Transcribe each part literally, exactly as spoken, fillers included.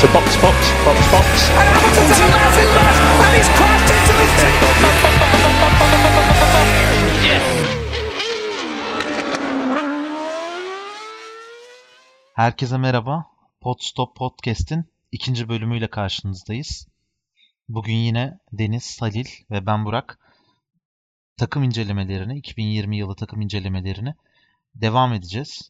to box, box, box, box. And Hamilton's a massive left, and he's crashed into the team. Yes. Herkese merhaba. Podstop Podcast'in ikinci bölümüyle karşınızdayız. Bugün yine Deniz, Halil ve ben Burak takım incelemelerini, iki bin yirmi yılı takım incelemelerini devam edeceğiz.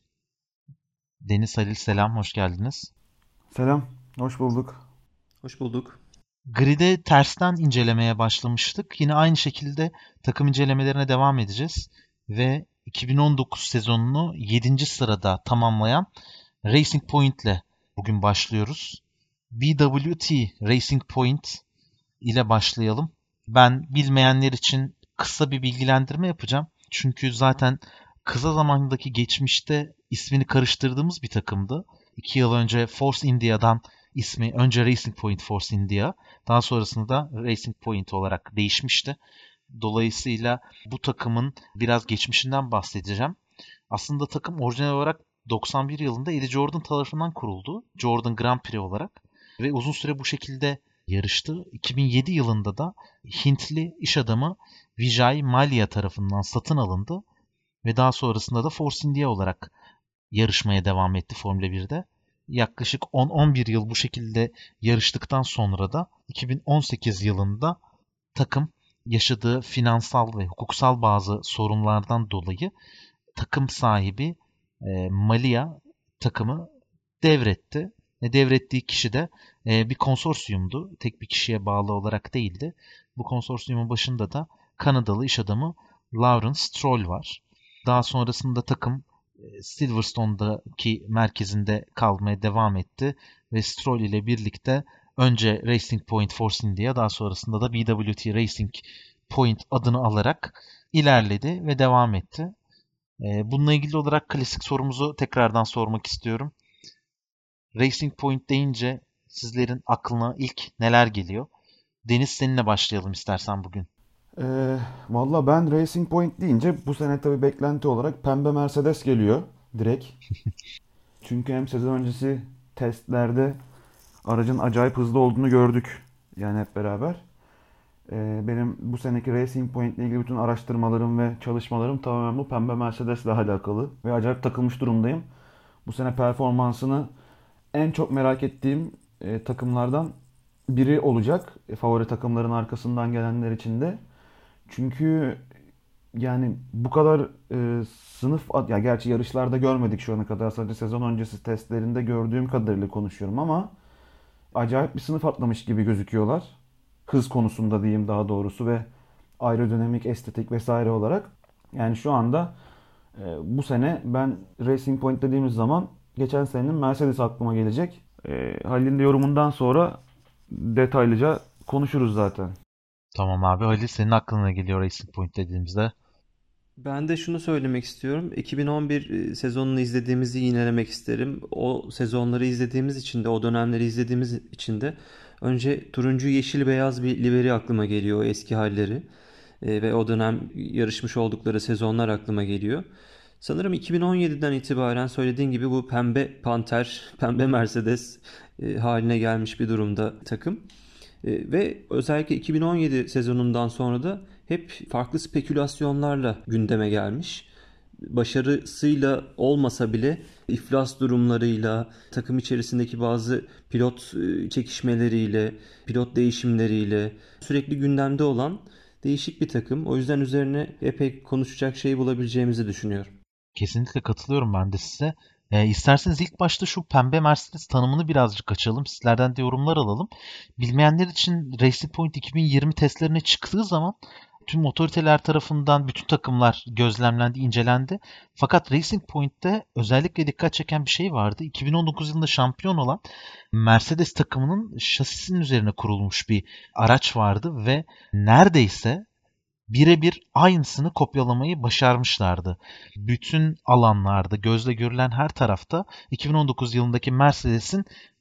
Deniz, Halil selam, hoş geldiniz. Selam, hoş bulduk. Hoş bulduk. Grid'e tersten incelemeye başlamıştık. Yine aynı şekilde takım incelemelerine devam edeceğiz. Ve iki bin on dokuz sezonunu yedinci sırada tamamlayan Racing Point ile bugün başlıyoruz. B W T Racing Point ile başlayalım. Ben bilmeyenler için kısa bir bilgilendirme yapacağım. Çünkü zaten kısa zamandaki geçmişte ismini karıştırdığımız bir takımdı. İki yıl önce Force India'dan ismi önce Racing Point Force India, daha sonrasında da Racing Point olarak değişmişti. Dolayısıyla bu takımın biraz geçmişinden bahsedeceğim. Aslında takım orijinal olarak doksan bir yılında Eddie Jordan tarafından kuruldu. Jordan Grand Prix olarak. Ve uzun süre bu şekilde yarıştı. iki bin yedi yılında da Hintli iş adamı Vijay Mallya tarafından satın alındı. Ve daha sonrasında da Force India olarak yarışmaya devam etti Formula birde. Yaklaşık on on bir yıl bu şekilde yarıştıktan sonra da iki bin on sekiz yılında takım yaşadığı finansal ve hukuksal bazı sorunlardan dolayı takım sahibi e, Mallya takımı devretti. Ve devrettiği kişi de e, bir konsorsiyumdu. Tek bir kişiye bağlı olarak değildi. Bu konsorsiyumun başında da Kanadalı iş adamı Lawrence Stroll var. Daha sonrasında takım Silverstone'daki merkezinde kalmaya devam etti ve Stroll ile birlikte önce Racing Point Force India, daha sonrasında da B W T Racing Point adını alarak ilerledi ve devam etti. Bununla ilgili olarak klasik sorumuzu tekrardan sormak istiyorum. Racing Point deyince sizlerin aklına ilk neler geliyor? Deniz, seninle başlayalım istersen bugün. Ee, Valla ben Racing Point deyince bu sene tabii beklenti olarak pembe Mercedes geliyor direkt. Çünkü hem sezon öncesi testlerde aracın acayip hızlı olduğunu gördük yani hep beraber. Ee, benim bu seneki Racing Point ile ilgili bütün araştırmalarım ve çalışmalarım tamamen bu pembe Mercedes ile alakalı. Ve acayip takılmış durumdayım. Bu sene performansını en çok merak ettiğim e, takımlardan biri olacak. E, favori takımların arkasından gelenler için de. Çünkü yani bu kadar e, sınıf at ya gerçi yarışlarda görmedik şu ana kadar, sadece sezon öncesi testlerinde gördüğüm kadarıyla konuşuyorum ama acayip bir sınıf atlamış gibi gözüküyorlar. Hız konusunda diyeyim daha doğrusu ve aerodinamik, estetik vesaire olarak. Yani şu anda e, bu sene ben Racing Point dediğimiz zaman geçen senenin Mercedes aklıma gelecek. E, Halil'in de yorumundan sonra detaylıca konuşuruz zaten. Tamam abi, Halil, senin aklına geliyor Racing Point dediğimizde? Ben de şunu söylemek istiyorum. iki bin on bir sezonunu izlediğimizi yinelemek isterim. O sezonları izlediğimiz için de, o dönemleri izlediğimiz için de önce turuncu, yeşil, beyaz bir liveri aklıma geliyor, o eski halleri. E, ve o dönem yarışmış oldukları sezonlar aklıma geliyor. Sanırım iki bin on yediden itibaren söylediğin gibi bu pembe panter, pembe Mercedes e, haline gelmiş bir durumda takım. E, ve özellikle iki bin on yedi sezonundan sonra da hep farklı spekülasyonlarla gündeme gelmiş. Başarısıyla olmasa bile iflas durumlarıyla, takım içerisindeki bazı pilot e, çekişmeleriyle, pilot değişimleriyle sürekli gündemde olan değişik bir takım. O yüzden üzerine epey konuşacak şey bulabileceğimizi düşünüyorum. Kesinlikle katılıyorum ben de size. E, isterseniz ilk başta şu pembe Mercedes tanımını birazcık açalım. Sizlerden de yorumlar alalım. Bilmeyenler için Racing Point iki bin yirmi testlerine çıktığı zaman tüm otoriteler tarafından bütün takımlar gözlemlendi, incelendi. Fakat Racing Point'te özellikle dikkat çeken bir şey vardı. iki bin on dokuz yılında şampiyon olan Mercedes takımının şasisinin üzerine kurulmuş bir araç vardı ve neredeyse birebir aynısını kopyalamayı başarmışlardı. Bütün alanlarda, gözle görülen her tarafta iki bin on dokuz yılındaki Mercedes'in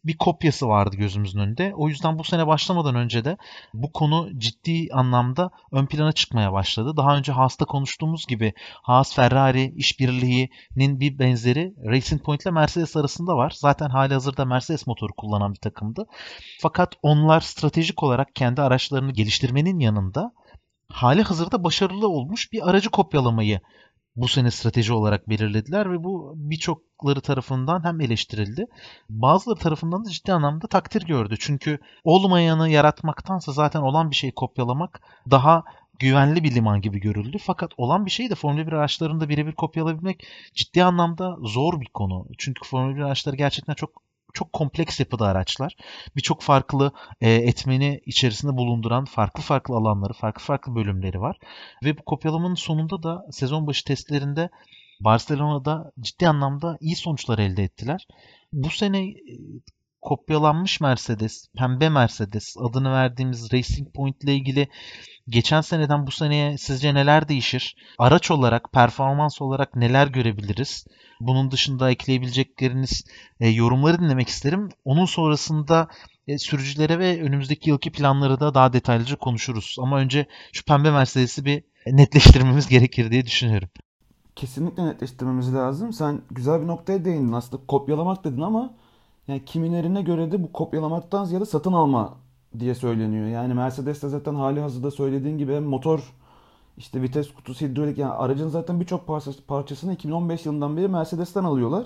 bir kopyası vardı gözümüzün önünde. O yüzden bu sene başlamadan önce de bu konu ciddi anlamda ön plana çıkmaya başladı. Daha önce Haas'ta konuştuğumuz gibi Haas-Ferrari işbirliğinin bir benzeri Racing Point ile Mercedes arasında var. Zaten halihazırda Mercedes motoru kullanan bir takımdı. Fakat onlar stratejik olarak kendi araçlarını geliştirmenin yanında hali hazırda başarılı olmuş bir aracı kopyalamayı bu sene strateji olarak belirlediler ve bu birçokları tarafından hem eleştirildi, bazıları tarafından da ciddi anlamda takdir gördü. Çünkü olmayanı yaratmaktansa zaten olan bir şeyi kopyalamak daha güvenli bir liman gibi görüldü. Fakat olan bir şeyi de Formula bir araçlarında birebir kopyalayabilmek ciddi anlamda zor bir konu. Çünkü Formula bir araçları gerçekten çok çok kompleks yapıda araçlar. Birçok farklı e, etmeni içerisinde bulunduran farklı farklı alanları, farklı farklı bölümleri var. Ve bu kopyalamanın sonunda da sezon başı testlerinde Barcelona'da ciddi anlamda iyi sonuçlar elde ettiler. Bu sene e, kopyalanmış Mercedes, pembe Mercedes adını verdiğimiz Racing Point ile ilgili geçen seneden bu seneye sizce neler değişir? Araç olarak, performans olarak neler görebiliriz? Bunun dışında ekleyebilecekleriniz e, yorumları dinlemek isterim. Onun sonrasında e, sürücülere ve önümüzdeki yılki planları da daha detaylıca konuşuruz. Ama önce şu pembe Mercedes'i bir netleştirmemiz gerekir diye düşünüyorum. Kesinlikle netleştirmemiz lazım. Sen güzel bir noktaya değindin. Aslında kopyalamak dedin ama yani kimilerine göre de bu kopyalamaktan ziyade satın alma diye söyleniyor. Yani Mercedes'te zaten hali hazırda söylediğin gibi hem motor, işte vites kutusu, hidrolik, yani aracın zaten birçok parçası, parçasını iki bin on beş yılından beri Mercedes'ten alıyorlar.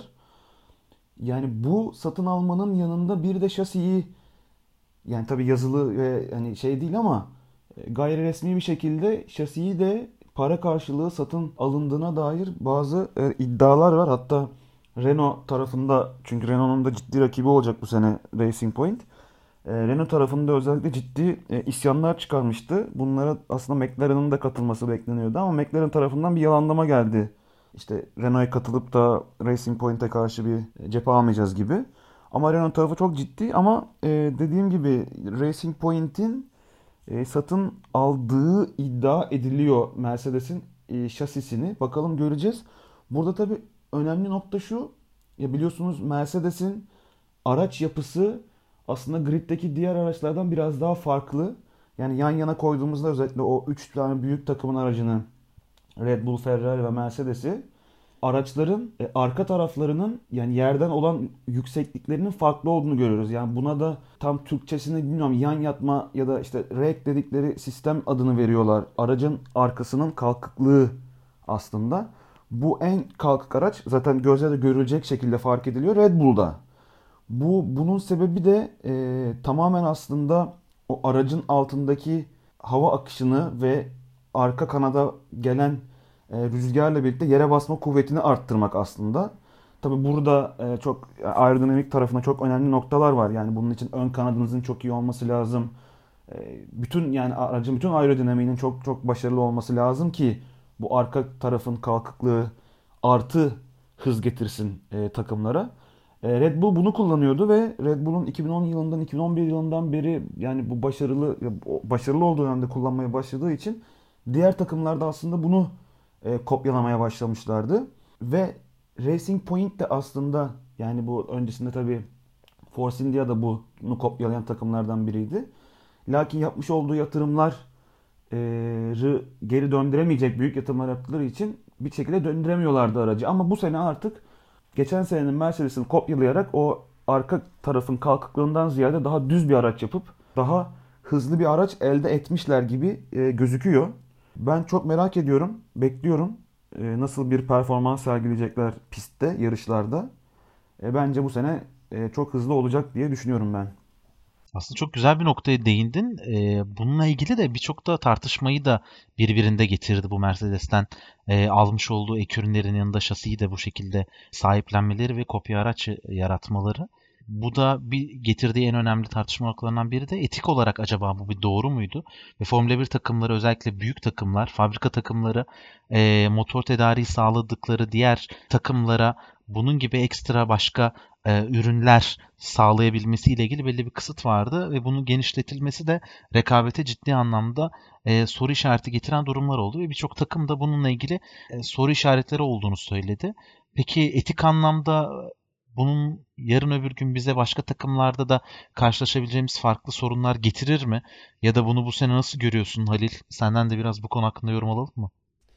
Yani bu satın almanın yanında bir de şasiyi, yani tabii yazılı ve hani şey değil ama e, gayri resmi bir şekilde şasiyi de para karşılığı satın alındığına dair bazı e, iddialar var. Hatta Renault tarafında, çünkü Renault'un da ciddi rakibi olacak bu sene Racing Point. E, Renault tarafında özellikle ciddi e, isyanlar çıkarmıştı. Bunlara aslında McLaren'ın da katılması bekleniyordu ama McLaren tarafından bir yalanlama geldi. İşte Renault'a katılıp da Racing Point'e karşı bir cephe almayacağız gibi. Ama Renault tarafı çok ciddi ama e, dediğim gibi Racing Point'in e, satın aldığı iddia ediliyor Mercedes'in e, şasisini. Bakalım, göreceğiz. Burada tabii önemli nokta şu. Ya biliyorsunuz Mercedes'in araç yapısı aslında griddeki diğer araçlardan biraz daha farklı. Yani yan yana koyduğumuzda özellikle o üç tane büyük takımın aracını, Red Bull, Ferrari ve Mercedes'i, araçların e, arka taraflarının yani yerden olan yüksekliklerinin farklı olduğunu görüyoruz. Yani buna da tam Türkçesini bilmiyorum, yan yatma ya da işte rek dedikleri sistem adını veriyorlar. Aracın arkasının kalkıklığı aslında. Bu en kalkık araç zaten gözle de görülecek şekilde fark ediliyor Red Bull'da. Bu bunun sebebi de e, tamamen aslında o aracın altındaki hava akışını ve arka kanada gelen e, rüzgarla birlikte yere basma kuvvetini arttırmak aslında. Tabi burada e, çok aerodinamik tarafında çok önemli noktalar var. Yani bunun için ön kanadınızın çok iyi olması lazım. E, bütün yani aracın bütün aerodinamiğinin çok çok başarılı olması lazım ki bu arka tarafın kalkıklığı artı hız getirsin e, takımlara. E, Red Bull bunu kullanıyordu ve Red Bull'un iki bin on yılından iki bin on bir yılından beri yani bu başarılı başarılı olduğu dönemde kullanmaya başladığı için diğer takımlar da aslında bunu e, kopyalamaya başlamışlardı. Ve Racing Point de aslında yani bu öncesinde tabii Force India da bunu kopyalayan takımlardan biriydi. Lakin yapmış olduğu yatırımlar e, geri döndüremeyecek büyük yatırımlar yaptıkları için bir şekilde döndüremiyorlardı aracı. Ama bu sene artık geçen senenin Mercedes'ini kopyalayarak o arka tarafın kalkıklığından ziyade daha düz bir araç yapıp daha hızlı bir araç elde etmişler gibi e, gözüküyor. Ben çok merak ediyorum, bekliyorum e, nasıl bir performans sergileyecekler pistte, yarışlarda. E, bence bu sene e, çok hızlı olacak diye düşünüyorum ben. Aslında çok güzel bir noktaya değindin. Ee, bununla ilgili de birçok da tartışmayı da birbirinde getirdi bu Mercedes'ten e, almış olduğu ek ürünlerin yanında şasiyi de bu şekilde sahiplenmeleri ve kopya araç yaratmaları. Bu da bir getirdiği en önemli tartışma noktalarından biri de etik olarak acaba bu bir doğru muydu? Ve Formula bir takımları, özellikle büyük takımlar, fabrika takımları e, motor tedariği sağladıkları diğer takımlara bunun gibi ekstra başka e, ürünler sağlayabilmesi ile ilgili belli bir kısıt vardı ve bunun genişletilmesi de rekabete ciddi anlamda e, soru işareti getiren durumlar oldu ve birçok takım da bununla ilgili e, soru işaretleri olduğunu söyledi. Peki etik anlamda bunun yarın öbür gün bize başka takımlarda da karşılaşabileceğimiz farklı sorunlar getirir mi? Ya da bunu bu sene nasıl görüyorsun Halil? Senden de biraz bu konu hakkında yorum alalım mı?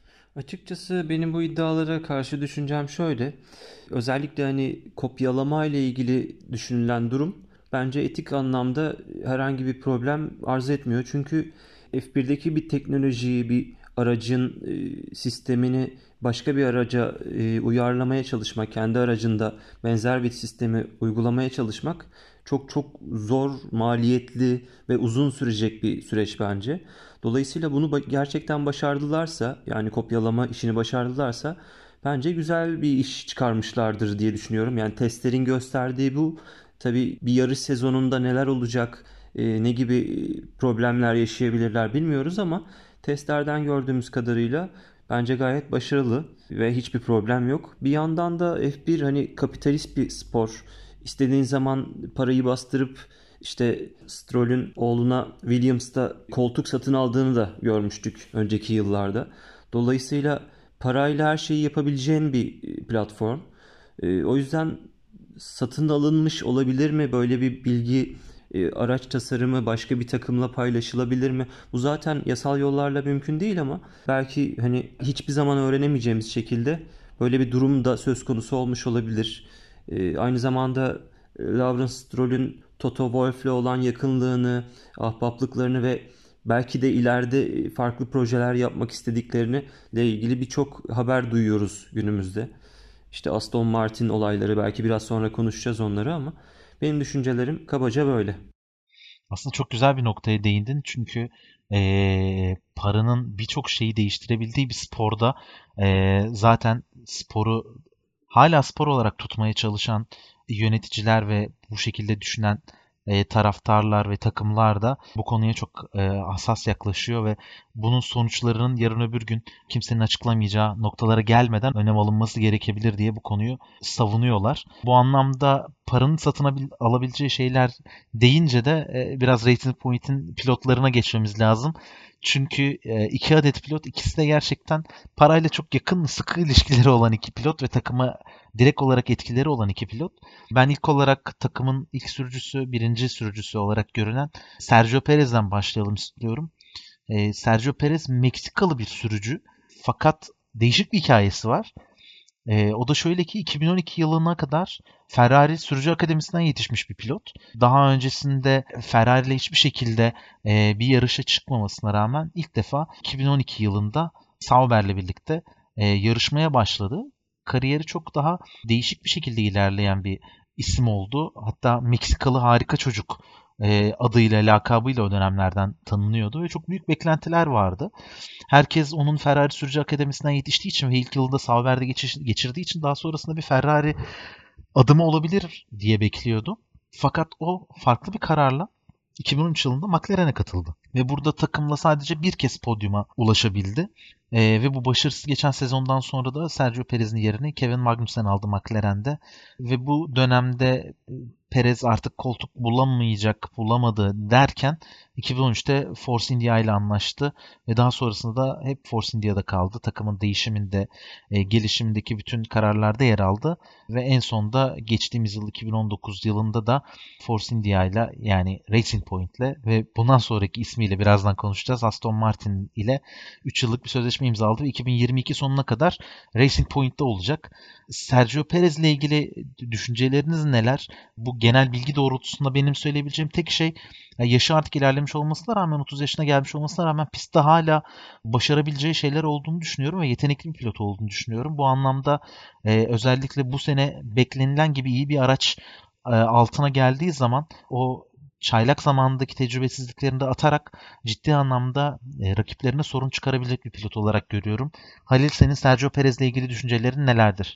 Açıkçası benim bu iddialara karşı düşüncem şöyle. Özellikle hani kopyalama ile ilgili düşünülen durum bence etik anlamda herhangi bir problem arz etmiyor. Çünkü F birdeki bir teknolojiyi, bir aracın e, sistemini başka bir araca e, uyarlamaya çalışmak, kendi aracında benzer bir sistemi uygulamaya çalışmak çok çok zor, maliyetli ve uzun sürecek bir süreç bence. Dolayısıyla bunu gerçekten başardılarsa, yani kopyalama işini başardılarsa bence güzel bir iş çıkarmışlardır diye düşünüyorum. Yani testlerin gösterdiği bu. Tabii bir yarış sezonunda neler olacak, e, ne gibi problemler yaşayabilirler bilmiyoruz ama testlerden gördüğümüz kadarıyla bence gayet başarılı ve hiçbir problem yok. Bir yandan da F bir hani kapitalist bir spor. İstediğin zaman parayı bastırıp işte Stroll'ün oğluna Williams'ta koltuk satın aldığını da görmüştük önceki yıllarda. Dolayısıyla parayla her şeyi yapabileceğin bir platform. E, o yüzden satın alınmış olabilir mi? Böyle bir bilgi, e, araç tasarımı başka bir takımla paylaşılabilir mi? Bu zaten yasal yollarla mümkün değil ama belki hani hiçbir zaman öğrenemeyeceğimiz şekilde böyle bir durum da söz konusu olmuş olabilir. E, aynı zamanda e, Lawrence Stroll'ün Toto Wolff'le olan yakınlığını, ahbaplıklarını ve belki de ileride farklı projeler yapmak istediklerini ile ilgili birçok haber duyuyoruz günümüzde. İşte Aston Martin olayları, belki biraz sonra konuşacağız onları ama benim düşüncelerim kabaca böyle. Aslında çok güzel bir noktaya değindin. Çünkü eee, paranın birçok şeyi değiştirebildiği bir sporda eee, zaten sporu hala spor olarak tutmaya çalışan yöneticiler ve bu şekilde düşünen e, taraftarlar ve takımlar da bu konuya çok e, hassas yaklaşıyor ve bunun sonuçlarının yarın öbür gün kimsenin açıklamayacağı noktalara gelmeden önem alınması gerekebilir diye bu konuyu savunuyorlar. Bu anlamda paranın satın abil- alabileceği şeyler deyince de e, biraz Racing Point'in pilotlarına geçmemiz lazım. Çünkü e, iki adet pilot, ikisi de gerçekten parayla çok yakın, sıkı ilişkileri olan iki pilot ve takıma direkt olarak etkileri olan iki pilot. Ben ilk olarak takımın ilk sürücüsü, birinci sürücüsü olarak görünen Sergio Perez'den başlayalım istiyorum. Ee, Sergio Perez Meksikalı bir sürücü. Fakat değişik bir hikayesi var. Ee, o da şöyle ki iki bin on iki yılına kadar Ferrari Sürücü Akademisi'nden yetişmiş bir pilot. Daha öncesinde Ferrari ile hiçbir şekilde e, bir yarışa çıkmamasına rağmen ilk defa iki bin on iki yılında Sauber'le birlikte e, yarışmaya başladı. Kariyeri çok daha değişik bir şekilde ilerleyen bir isim oldu. Hatta Meksikalı harika çocuk e, adıyla, lakabıyla o dönemlerden tanınıyordu ve çok büyük beklentiler vardı. Herkes onun Ferrari Sürücü Akademisi'nden yetiştiği için ve ilk yılında Sauber'de geçirdiği için daha sonrasında bir Ferrari adımı olabilir diye bekliyordu. Fakat o farklı bir kararla iki bin on üç yılında McLaren'e katıldı. Ve burada takımla sadece bir kez podyuma ulaşabildi. Ee, ve bu başarısız geçen sezondan sonra da Sergio Perez'in yerini Kevin Magnussen aldı McLaren'de. Ve bu dönemde Perez artık koltuk bulamayacak, bulamadı derken iki bin on üçte Force India ile anlaştı ve daha sonrasında da hep Force India'da kaldı. Takımın değişiminde, e, gelişimindeki bütün kararlarda yer aldı ve en sonunda geçtiğimiz yıl iki bin on dokuz yılında da Force India ile, yani Racing Point ile ve bundan sonraki ismiyle birazdan konuşacağız, Aston Martin ile üç yıllık bir sözleşme imzaladı ve iki bin yirmi iki sonuna kadar Racing Point'te olacak. Sergio Perez ile ilgili düşünceleriniz neler? Bu genel bilgi doğrultusunda benim söyleyebileceğim tek şey, yaşı artık ilerlemiş olmasına rağmen, otuz yaşına gelmiş olmasına rağmen pistte hala başarabileceği şeyler olduğunu düşünüyorum ve yetenekli bir pilot olduğunu düşünüyorum. Bu anlamda e, özellikle bu sene beklenilen gibi iyi bir araç e, altına geldiği zaman o çaylak zamandaki tecrübesizliklerini de atarak ciddi anlamda e, rakiplerine sorun çıkarabilecek bir pilot olarak görüyorum. Halil, senin Sergio Perez'le ilgili düşüncelerin nelerdir?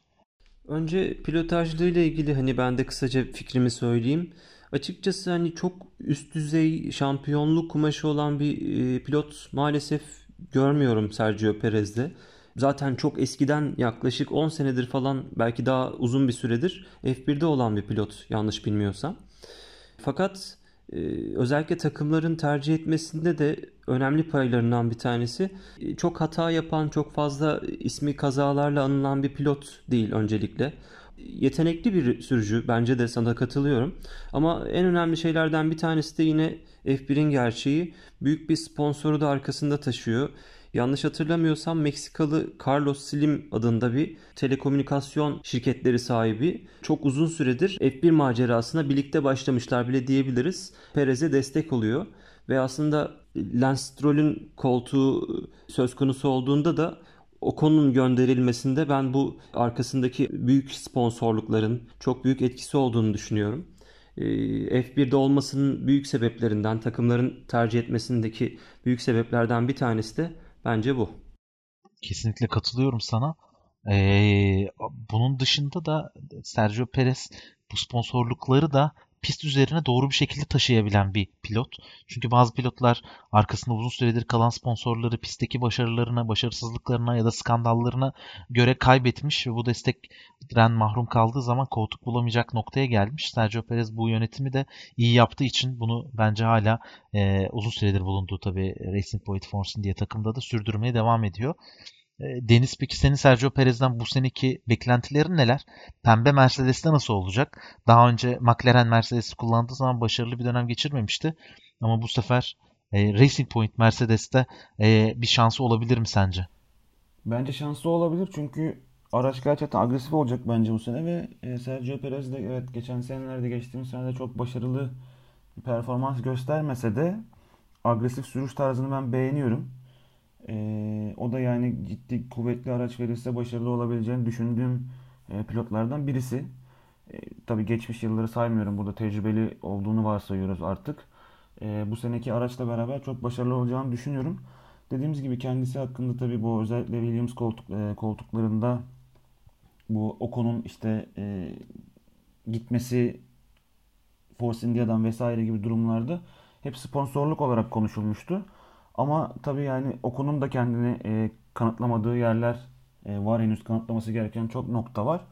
Önce pilotajlığıyla ilgili hani ben de kısaca fikrimi söyleyeyim. Açıkçası hani çok üst düzey şampiyonluk kumaşı olan bir e, pilot maalesef görmüyorum Sergio Perez'de. Zaten çok eskiden, yaklaşık on senedir falan, belki daha uzun bir süredir F birde olan bir pilot yanlış bilmiyorsam. Fakat e, özellikle takımların tercih etmesinde de önemli paylarından bir tanesi, e, çok hata yapan, çok fazla ismi kazalarla anılan bir pilot değil öncelikle. yetenekli bir sürücü. Bence de sana katılıyorum. Ama en önemli şeylerden bir tanesi de yine F bir'in gerçeği. Büyük bir sponsoru da arkasında taşıyor. Yanlış hatırlamıyorsam Meksikalı Carlos Slim adında bir telekomünikasyon şirketleri sahibi. Çok uzun süredir F bir macerasına birlikte başlamışlar bile diyebiliriz. Perez'e destek oluyor. Ve aslında Lance Stroll'ün koltuğu söz konusu olduğunda da Ocon'un gönderilmesinde ben bu arkasındaki büyük sponsorlukların çok büyük etkisi olduğunu düşünüyorum. Ee, F bir'de olmasının büyük sebeplerinden, takımların tercih etmesindeki büyük sebeplerden bir tanesi de bence bu. Kesinlikle katılıyorum sana. Ee, bunun dışında da Sergio Perez bu sponsorlukları da pist üzerine doğru bir şekilde taşıyabilen bir pilot. Çünkü bazı pilotlar arkasında uzun süredir kalan sponsorları pistteki başarılarına, başarısızlıklarına ya da skandallarına göre kaybetmiş ve bu destekten mahrum kaldığı zaman koltuk bulamayacak noktaya gelmiş. Sergio Perez bu yönetimi de iyi yaptığı için bunu bence hala e, uzun süredir bulunduğu tabii Racing Point Force India takımda da sürdürmeye devam ediyor. Deniz, peki senin Sergio Perez'den bu seneki beklentilerin neler? Pembe Mercedes'te nasıl olacak? Daha önce McLaren Mercedes'i kullandığı zaman başarılı bir dönem geçirmemişti. Ama bu sefer e, Racing Point Mercedes'te e, bir şansı olabilir mi sence? Bence şanslı olabilir çünkü araç gerçekten agresif olacak bence bu sene ve e, Sergio Perez de evet geçen senelerde geçtiğimiz senede çok başarılı bir performans göstermese de agresif sürüş tarzını ben beğeniyorum. E, o da yani ciddi kuvvetli araç verirse başarılı olabileceğini düşündüğüm e, pilotlardan birisi. E, tabii geçmiş yılları saymıyorum. Burada tecrübeli olduğunu varsayıyoruz artık. E, bu seneki araçla beraber çok başarılı olacağını düşünüyorum. Dediğimiz gibi kendisi hakkında tabii bu özellikle Williams koltuk, e, koltuklarında bu Ocon'un işte e, gitmesi Force India'dan vesaire gibi durumlarda hep sponsorluk olarak konuşulmuştu. Ama tabii yani Ocon'un da kendini e, kanıtlamadığı yerler e, var. Henüz kanıtlaması gereken çok nokta var.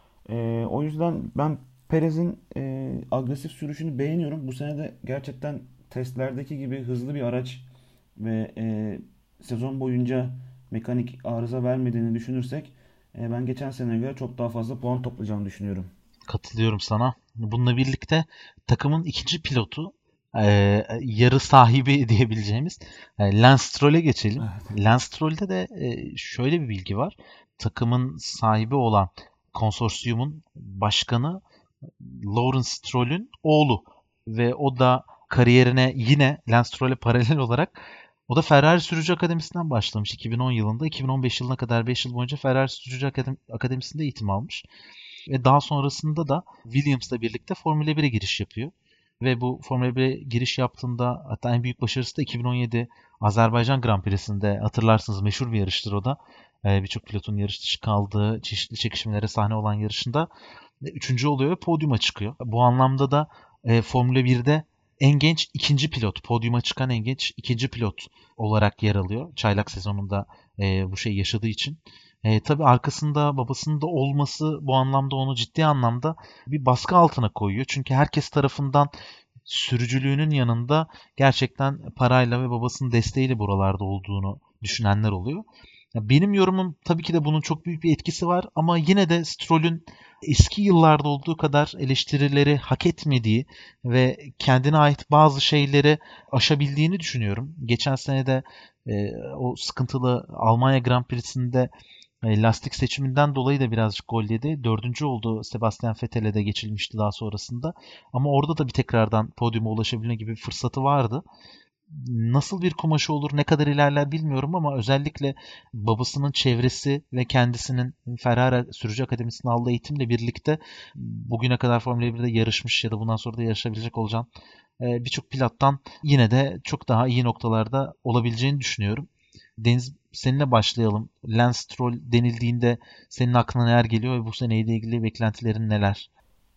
E, o yüzden ben Perez'in e, agresif sürüşünü beğeniyorum. Bu sene de gerçekten testlerdeki gibi hızlı bir araç ve e, sezon boyunca mekanik arıza vermediğini düşünürsek e, ben geçen seneye göre çok daha fazla puan toplayacağını düşünüyorum. Katılıyorum sana. Bununla birlikte takımın ikinci pilotu, e, yarı sahibi diyebileceğimiz e, Lance Stroll'e geçelim. Evet. Lance Stroll'de de e, şöyle bir bilgi var. Takımın sahibi olan konsorsiyumun başkanı Lawrence Stroll'ün oğlu ve o da kariyerine yine Lance Stroll'e paralel olarak o da Ferrari Sürücü Akademisi'nden başlamış iki bin on yılında. iki bin on beş yılına kadar beş yıl boyunca Ferrari Sürücü Akademi- Akademisi'nde eğitim almış. Ve daha sonrasında da Williams'la birlikte Formula bire giriş yapıyor. Ve bu Formula bire giriş yaptığında hatta en büyük başarısı da iki bin on yedi Azerbaycan Grand Prix'sinde, hatırlarsınız, meşhur bir yarıştır o da. Ee, birçok pilotun yarış dışı kaldığı, çeşitli çekişmelere sahne olan yarışında üçüncü oluyor ve podyuma çıkıyor. Bu anlamda da e, Formula birde en genç ikinci pilot, podyuma çıkan en genç ikinci pilot olarak yer alıyor. Çaylak sezonunda e, bu şey yaşadığı için. E, tabii arkasında babasının da olması bu anlamda onu ciddi anlamda bir baskı altına koyuyor. Çünkü herkes tarafından sürücülüğünün yanında gerçekten parayla ve babasının desteğiyle buralarda olduğunu düşünenler oluyor. Ya benim yorumum tabii ki de bunun çok büyük bir etkisi var ama yine de Stroll'ün eski yıllarda olduğu kadar eleştirileri hak etmediği ve kendine ait bazı şeyleri aşabildiğini düşünüyorum. Geçen sene de e, o sıkıntılı Almanya Grand Prix'sinde e, lastik seçiminden dolayı da birazcık gol yedi. Dördüncü oldu. Sebastian Vettel'e de geçilmişti daha sonrasında. Ama orada da bir tekrardan podyuma ulaşabilme gibi bir fırsatı vardı. Nasıl bir kumaşı olur, ne kadar ilerler bilmiyorum ama özellikle babasının çevresi ve kendisinin Ferrari Sürücü Akademisi'ne aldığı eğitimle birlikte bugüne kadar Formula birde yarışmış ya da bundan sonra da yarışabilecek olacağım e, birçok pilottan yine de çok daha iyi noktalarda olabileceğini düşünüyorum. Deniz, seninle başlayalım. Lance Stroll denildiğinde senin aklına neler geliyor ve bu seneyle ilgili beklentilerin neler?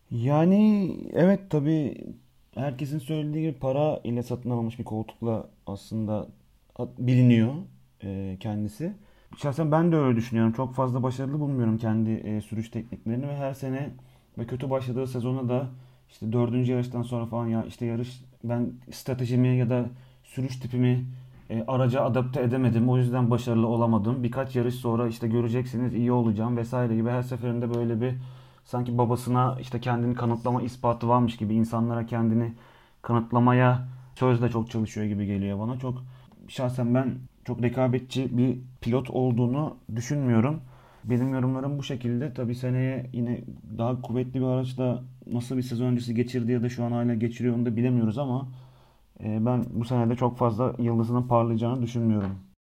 Yani evet tabii herkesin söylediği gibi para ile satın alınmış bir koltukla aslında biliniyor e, kendisi. Şahsen ben de öyle düşünüyorum. Çok fazla başarılı bulmuyorum kendi e, sürüş tekniklerini ve her sene ve kötü başladığı sezona da işte dördüncü yarıştan sonra falan ya işte yarış ben stratejimi ya da sürüş tipimi e, araca adapte edemedim. O yüzden başarılı olamadım. Birkaç yarış sonra işte göreceksiniz iyi olacağım vesaire gibi her seferinde böyle bir sanki babasına işte kendini kanıtlama ispatı varmış gibi, insanlara kendini kanıtlamaya sözle çok çalışıyor gibi geliyor bana. Çok şahsen ben çok rekabetçi bir pilot olduğunu düşünmüyorum. Benim yorumlarım bu şekilde. Tabii seneye yine daha kuvvetli bir araçla nasıl bir sezon öncesi geçirdi ya da şu an hala geçiriyor onu da bilemiyoruz ama e, ben bu sene de çok fazla yıldızının parlayacağını düşünmüyorum.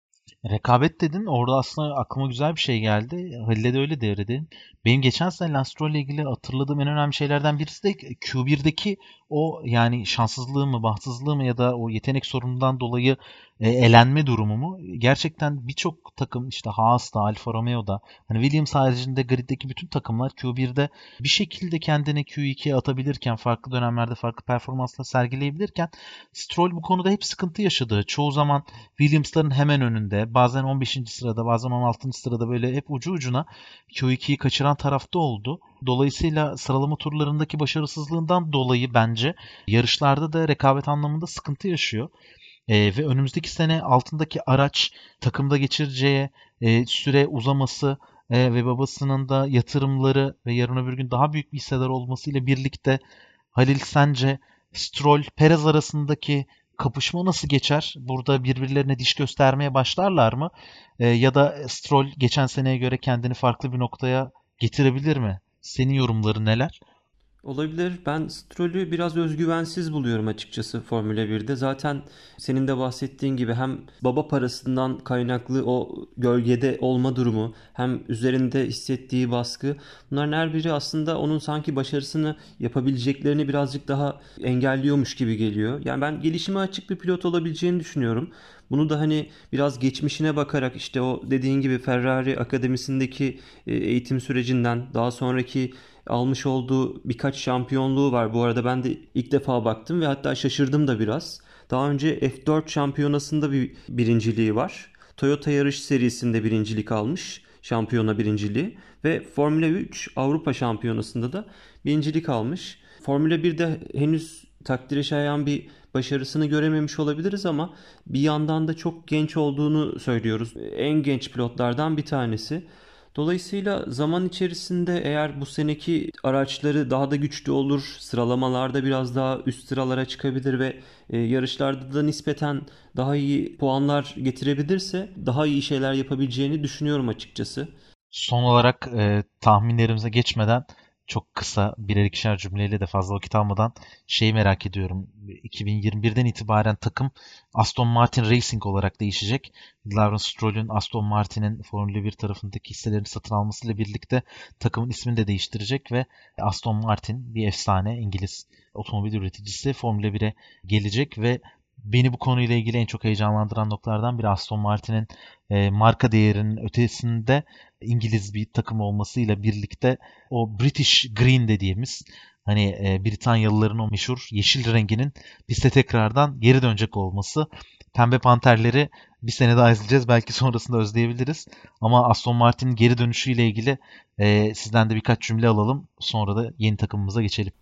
Rekabet dedin. Orada aslında aklıma güzel bir şey geldi. Halil'e de öyle devredin. Benim geçen sene Lance Stroll ile ilgili hatırladığım en önemli şeylerden birisi de Q birdeki o, yani şanssızlığı mı, bahtsızlığı mı ya da o yetenek sorunundan dolayı e, elenme durumu mu? Gerçekten birçok takım, işte Haas'ta, Alfa Romeo'da, hani Williams haricinde griddeki bütün takımlar Q birde bir şekilde kendini Q ikiye atabilirken, farklı dönemlerde farklı performanslar sergileyebilirken Stroll bu konuda hep sıkıntı yaşadı. Çoğu zaman Williams'ların hemen önünde, bazen on beşinci sırada, bazen on altıncı sırada, böyle hep ucu ucuna Q ikiyi kaçıran tarafta oldu. Dolayısıyla sıralama turlarındaki başarısızlığından dolayı bence yarışlarda da rekabet anlamında sıkıntı yaşıyor. Ee, ve önümüzdeki sene altındaki araç, takımda geçireceği e, süre uzaması e, ve babasının da yatırımları ve yarın öbür gün daha büyük bir hissedar olmasıyla birlikte, Halil, sence Stroll Perez arasındaki kapışma nasıl geçer? Burada birbirlerine diş göstermeye başlarlar mı? Ee, ya da Stroll geçen seneye göre kendini farklı bir noktaya getirebilir mi? Senin yorumların neler? Olabilir. Ben Stroll'ü biraz özgüvensiz buluyorum açıkçası Formula birde. Zaten senin de bahsettiğin gibi hem baba parasından kaynaklı o gölgede olma durumu, hem üzerinde hissettiği baskı, bunların her biri aslında onun sanki başarısını yapabileceklerini birazcık daha engelliyormuş gibi geliyor. Yani ben gelişime açık bir pilot olabileceğini düşünüyorum. Bunu da hani biraz geçmişine bakarak, işte o dediğin gibi Ferrari Akademisi'ndeki e, eğitim sürecinden, daha sonraki almış olduğu birkaç şampiyonluğu var. Bu arada ben de ilk defa baktım ve hatta şaşırdım da biraz. Daha önce F dört şampiyonasında bir birinciliği var. Toyota yarış serisinde birincilik almış. Şampiyona birinciliği. Ve Formula üç Avrupa şampiyonasında da birincilik almış. Formula birde henüz takdire şayan bir başarısını görememiş olabiliriz ama bir yandan da çok genç olduğunu söylüyoruz. En genç pilotlardan bir tanesi. Dolayısıyla zaman içerisinde eğer bu seneki araçları daha da güçlü olur, sıralamalarda biraz daha üst sıralara çıkabilir ve e, yarışlarda da nispeten daha iyi puanlar getirebilirse daha iyi şeyler yapabileceğini düşünüyorum açıkçası. Son olarak e, tahminlerimize geçmeden çok kısa birer ikişer cümleyle de fazla vakit almadan şeyi merak ediyorum. iki bin yirmi birden itibaren takım Aston Martin Racing olarak değişecek. Lawrence Stroll'ün Aston Martin'in Formula bir tarafındaki hisselerini satın almasıyla birlikte takımın ismini de değiştirecek ve Aston Martin, bir efsane İngiliz otomobil üreticisi, Formula bire gelecek ve beni bu konuyla ilgili en çok heyecanlandıran noktalardan biri Aston Martin'in e, marka değerinin ötesinde İngiliz bir takım olmasıyla birlikte o British Green dediğimiz, hani e, Britanyalıların o meşhur yeşil renginin piste tekrardan geri dönecek olması. Pembe Panterleri bir sene daha izleyeceğiz. Belki sonrasında özleyebiliriz. Ama Aston Martin'in geri dönüşüyle ilgili e, sizden de birkaç cümle alalım. Sonra da yeni takımımıza geçelim.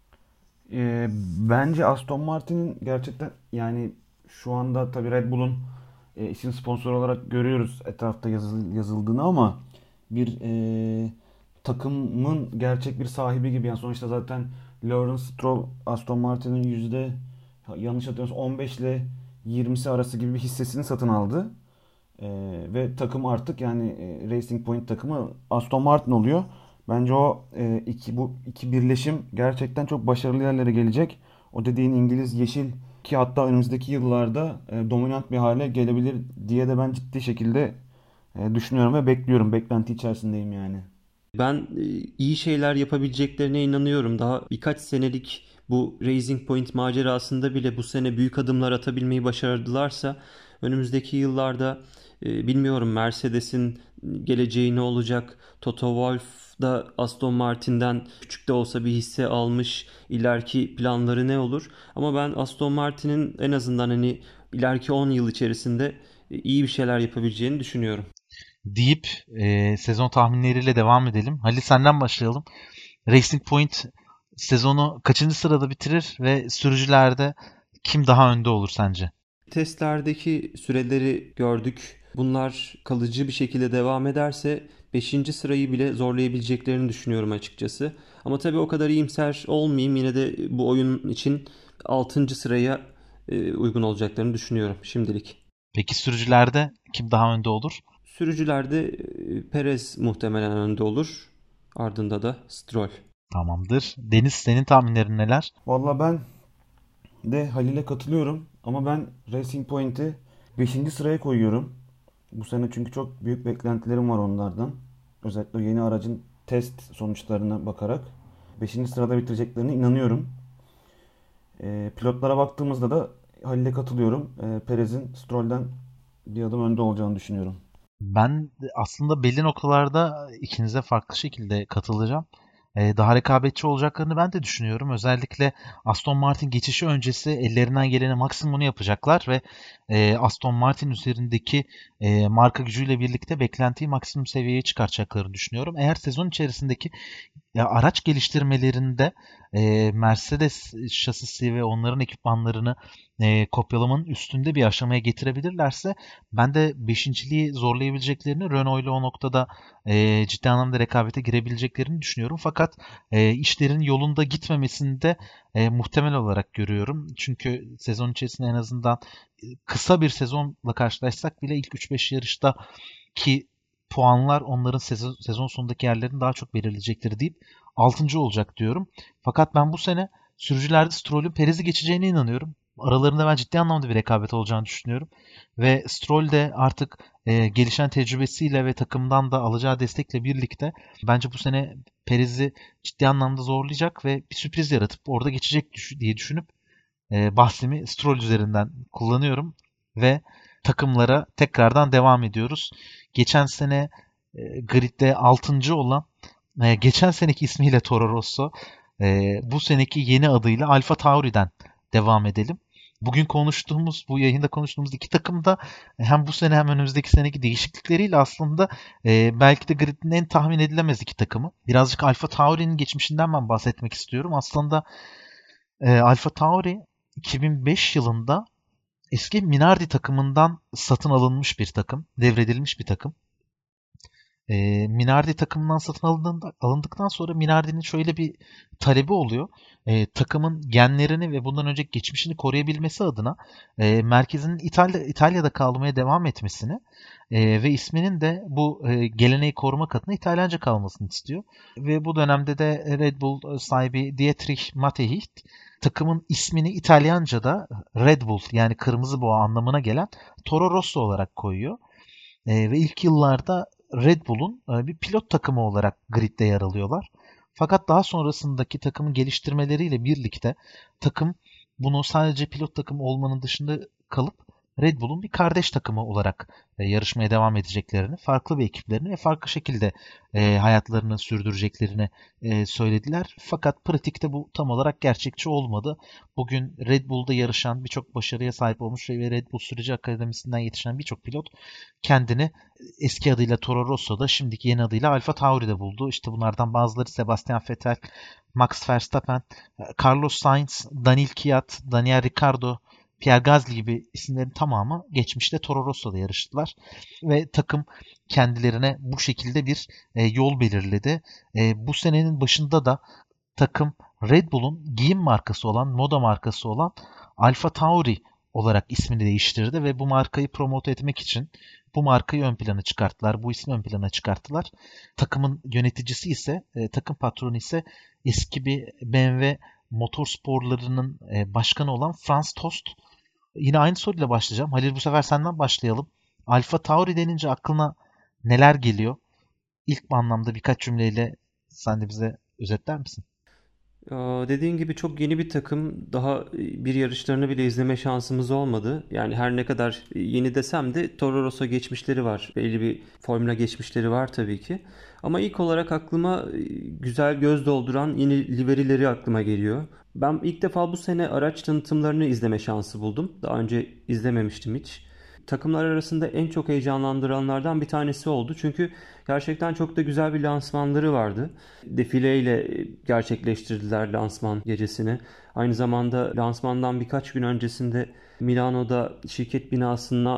E, bence Aston Martin'in gerçekten, yani şu anda tabii Red Bull'un e, isim sponsoru olarak görüyoruz etrafta yazıl- yazıldığını ama bir e, takımın gerçek bir sahibi gibi. Yani sonuçta zaten Lawrence Stroll Aston Martin'in yüzde, yanlış hatırlamıyorsam on beş ile yirmisi arası gibi bir hissesini satın aldı. E, ve takım artık, yani e, Racing Point takımı Aston Martin oluyor. Bence o e, iki bu iki birleşim gerçekten çok başarılı yerlere gelecek. O dediğin İngiliz yeşil, ki hatta önümüzdeki yıllarda e, dominant bir hale gelebilir diye de ben ciddi şekilde e, düşünüyorum ve bekliyorum. Beklenti içerisindeyim yani. Ben e, iyi şeyler yapabileceklerine inanıyorum. Daha birkaç senelik bu Racing Point macerasında bile bu sene büyük adımlar atabilmeyi başardılarsa önümüzdeki yıllarda e, bilmiyorum Mercedes'in geleceği ne olacak? Toto Wolff da Aston Martin'den küçük de olsa bir hisse almış. İleriki planları ne olur? Ama ben Aston Martin'in en azından hani ileriki on yıl içerisinde e, iyi bir şeyler yapabileceğini düşünüyorum. Deyip e, sezon tahminleriyle devam edelim. Halil, senden başlayalım. Racing Point sezonu kaçıncı sırada bitirir ve sürücülerde kim daha önde olur sence? Testlerdeki süreleri gördük. Bunlar kalıcı bir şekilde devam ederse beşinci sırayı bile zorlayabileceklerini düşünüyorum açıkçası. Ama tabii o kadar iyimser olmayayım. Yine de bu oyun için altıncı sıraya e, uygun olacaklarını düşünüyorum şimdilik. Peki sürücülerde kim daha önde olur? Sürücülerde e, Perez muhtemelen önde olur. Ardında da Stroll. Tamamdır. Deniz, senin tahminlerin neler? Valla ben de Halil'e katılıyorum ama ben Racing Point'i beşinci sıraya koyuyorum. Bu sene çünkü çok büyük beklentilerim var onlardan. Özellikle o yeni aracın test sonuçlarına bakarak beşinci sırada bitireceklerine inanıyorum. E, pilotlara baktığımızda da Halil'e katılıyorum. E, Perez'in Stroll'den bir adım önde olacağını düşünüyorum. Ben de aslında belli noktalarda ikinize farklı şekilde katılacağım. Ee, daha rekabetçi olacaklarını ben de düşünüyorum. Özellikle Aston Martin geçişi öncesi ellerinden geleni maksimumunu yapacaklar ve e, Aston Martin üzerindeki e, marka gücüyle birlikte beklentiyi maksimum seviyeye çıkartacaklarını düşünüyorum. Eğer sezon içerisindeki ya araç geliştirmelerinde e, Mercedes şasisi ve onların ekipmanlarını e, kopyalamanın üstünde bir aşamaya getirebilirlerse ben de beşinciliği zorlayabileceklerini, Renault ile o noktada e, ciddi anlamda rekabete girebileceklerini düşünüyorum. Fakat e, işlerin yolunda gitmemesini de e, muhtemel olarak görüyorum. Çünkü sezon içerisinde en azından e, kısa bir sezonla karşılaşsak bile ilk üç beş yarışta ki puanlar onların sezon, sezon sonundaki yerlerini daha çok belirleyecektir deyip altıncı olacak diyorum. Fakat ben bu sene sürücülerde Stroll'ün Perez'i geçeceğine inanıyorum. Aralarında ben ciddi anlamda bir rekabet olacağını düşünüyorum. Ve Stroll de artık e, gelişen tecrübesiyle ve takımdan da alacağı destekle birlikte bence bu sene Perez'i ciddi anlamda zorlayacak ve bir sürpriz yaratıp orada geçecek düş- diye düşünüp e, bahsimi Stroll üzerinden kullanıyorum ve takımlara tekrardan devam ediyoruz. Geçen sene e, gridde altıncı olan e, geçen seneki ismiyle Toro Rosso, e, bu seneki yeni adıyla Alfa Tauri'den devam edelim. Bugün konuştuğumuz, bu yayında konuştuğumuz iki takım da hem bu sene hem önümüzdeki seneki değişiklikleriyle aslında e, belki de gridin en tahmin edilemez iki takımı. Birazcık Alfa Tauri'nin geçmişinden ben bahsetmek istiyorum. Aslında e, Alfa Tauri iki bin beş yılında eski Minardi takımından satın alınmış bir takım, devredilmiş bir takım. E, Minardi takımından satın alındığında, alındıktan sonra Minardi'nin şöyle bir talebi oluyor. E, takımın genlerini ve bundan önceki geçmişini koruyabilmesi adına e, merkezinin İtalya, İtalya'da kalmaya devam etmesini e, ve isminin de bu e, geleneği korumak adına İtalyanca kalmasını istiyor. Ve bu dönemde de Red Bull sahibi Dietrich Mateschitz takımın ismini İtalyanca'da Red Bull yani kırmızı boğa anlamına gelen Toro Rosso olarak koyuyor. E, ve ilk yıllarda Red Bull'un e, bir pilot takımı olarak gridde yer alıyorlar. Fakat daha sonrasındaki takımın geliştirmeleriyle birlikte takım bunu sadece pilot takımı olmanın dışında kalıp Red Bull'un bir kardeş takımı olarak e, yarışmaya devam edeceklerini, farklı bir ekiplerini ve farklı şekilde e, hayatlarını sürdüreceklerini e, söylediler. Fakat pratikte bu tam olarak gerçekçi olmadı. Bugün Red Bull'da yarışan, birçok başarıya sahip olmuş ve Red Bull Sürücü Akademisi'nden yetişen birçok pilot kendini eski adıyla Toro Rosso'da, şimdiki yeni adıyla Alfa Tauri'de buldu. İşte bunlardan bazıları Sebastian Vettel, Max Verstappen, Carlos Sainz, Daniil Kvyat, Daniel Ricciardo, Pierre Gasly gibi isimlerin tamamı geçmişte Toro Rosso'da yarıştılar. Ve takım kendilerine bu şekilde bir e, yol belirledi. E, bu senenin başında da takım Red Bull'un giyim markası olan, moda markası olan Alfa Tauri olarak ismini değiştirdi ve bu markayı promote etmek için bu markayı ön plana çıkarttılar. Bu ismi ön plana çıkarttılar. Takımın yöneticisi ise, e, takım patronu ise eski bir B M W motorsporlarının e, başkanı olan Franz Tost. Yine aynı soruyla başlayacağım. Halil, bu sefer senden başlayalım. Alfa Tauri denince aklına neler geliyor? İlk anlamda birkaç cümleyle sen de bize özetler misin? Aa, Dediğin gibi çok yeni bir takım. Daha e, bir yarışlarını bile izleme şansımız olmadı. Yani her ne kadar e, yeni desem de Toro Rosso geçmişleri var. Belli bir formüla geçmişleri var tabii ki. Ama ilk olarak aklıma e, güzel göz dolduran yeni liverileri aklıma geliyor. Ben ilk defa bu sene araç tanıtımlarını izleme şansı buldum. Daha önce izlememiştim hiç. Takımlar arasında en çok heyecanlandıranlardan bir tanesi oldu. Çünkü gerçekten çok da güzel bir lansmanları vardı. Defileyle gerçekleştirdiler lansman gecesini. Aynı zamanda lansmandan birkaç gün öncesinde Milano'da şirket binasına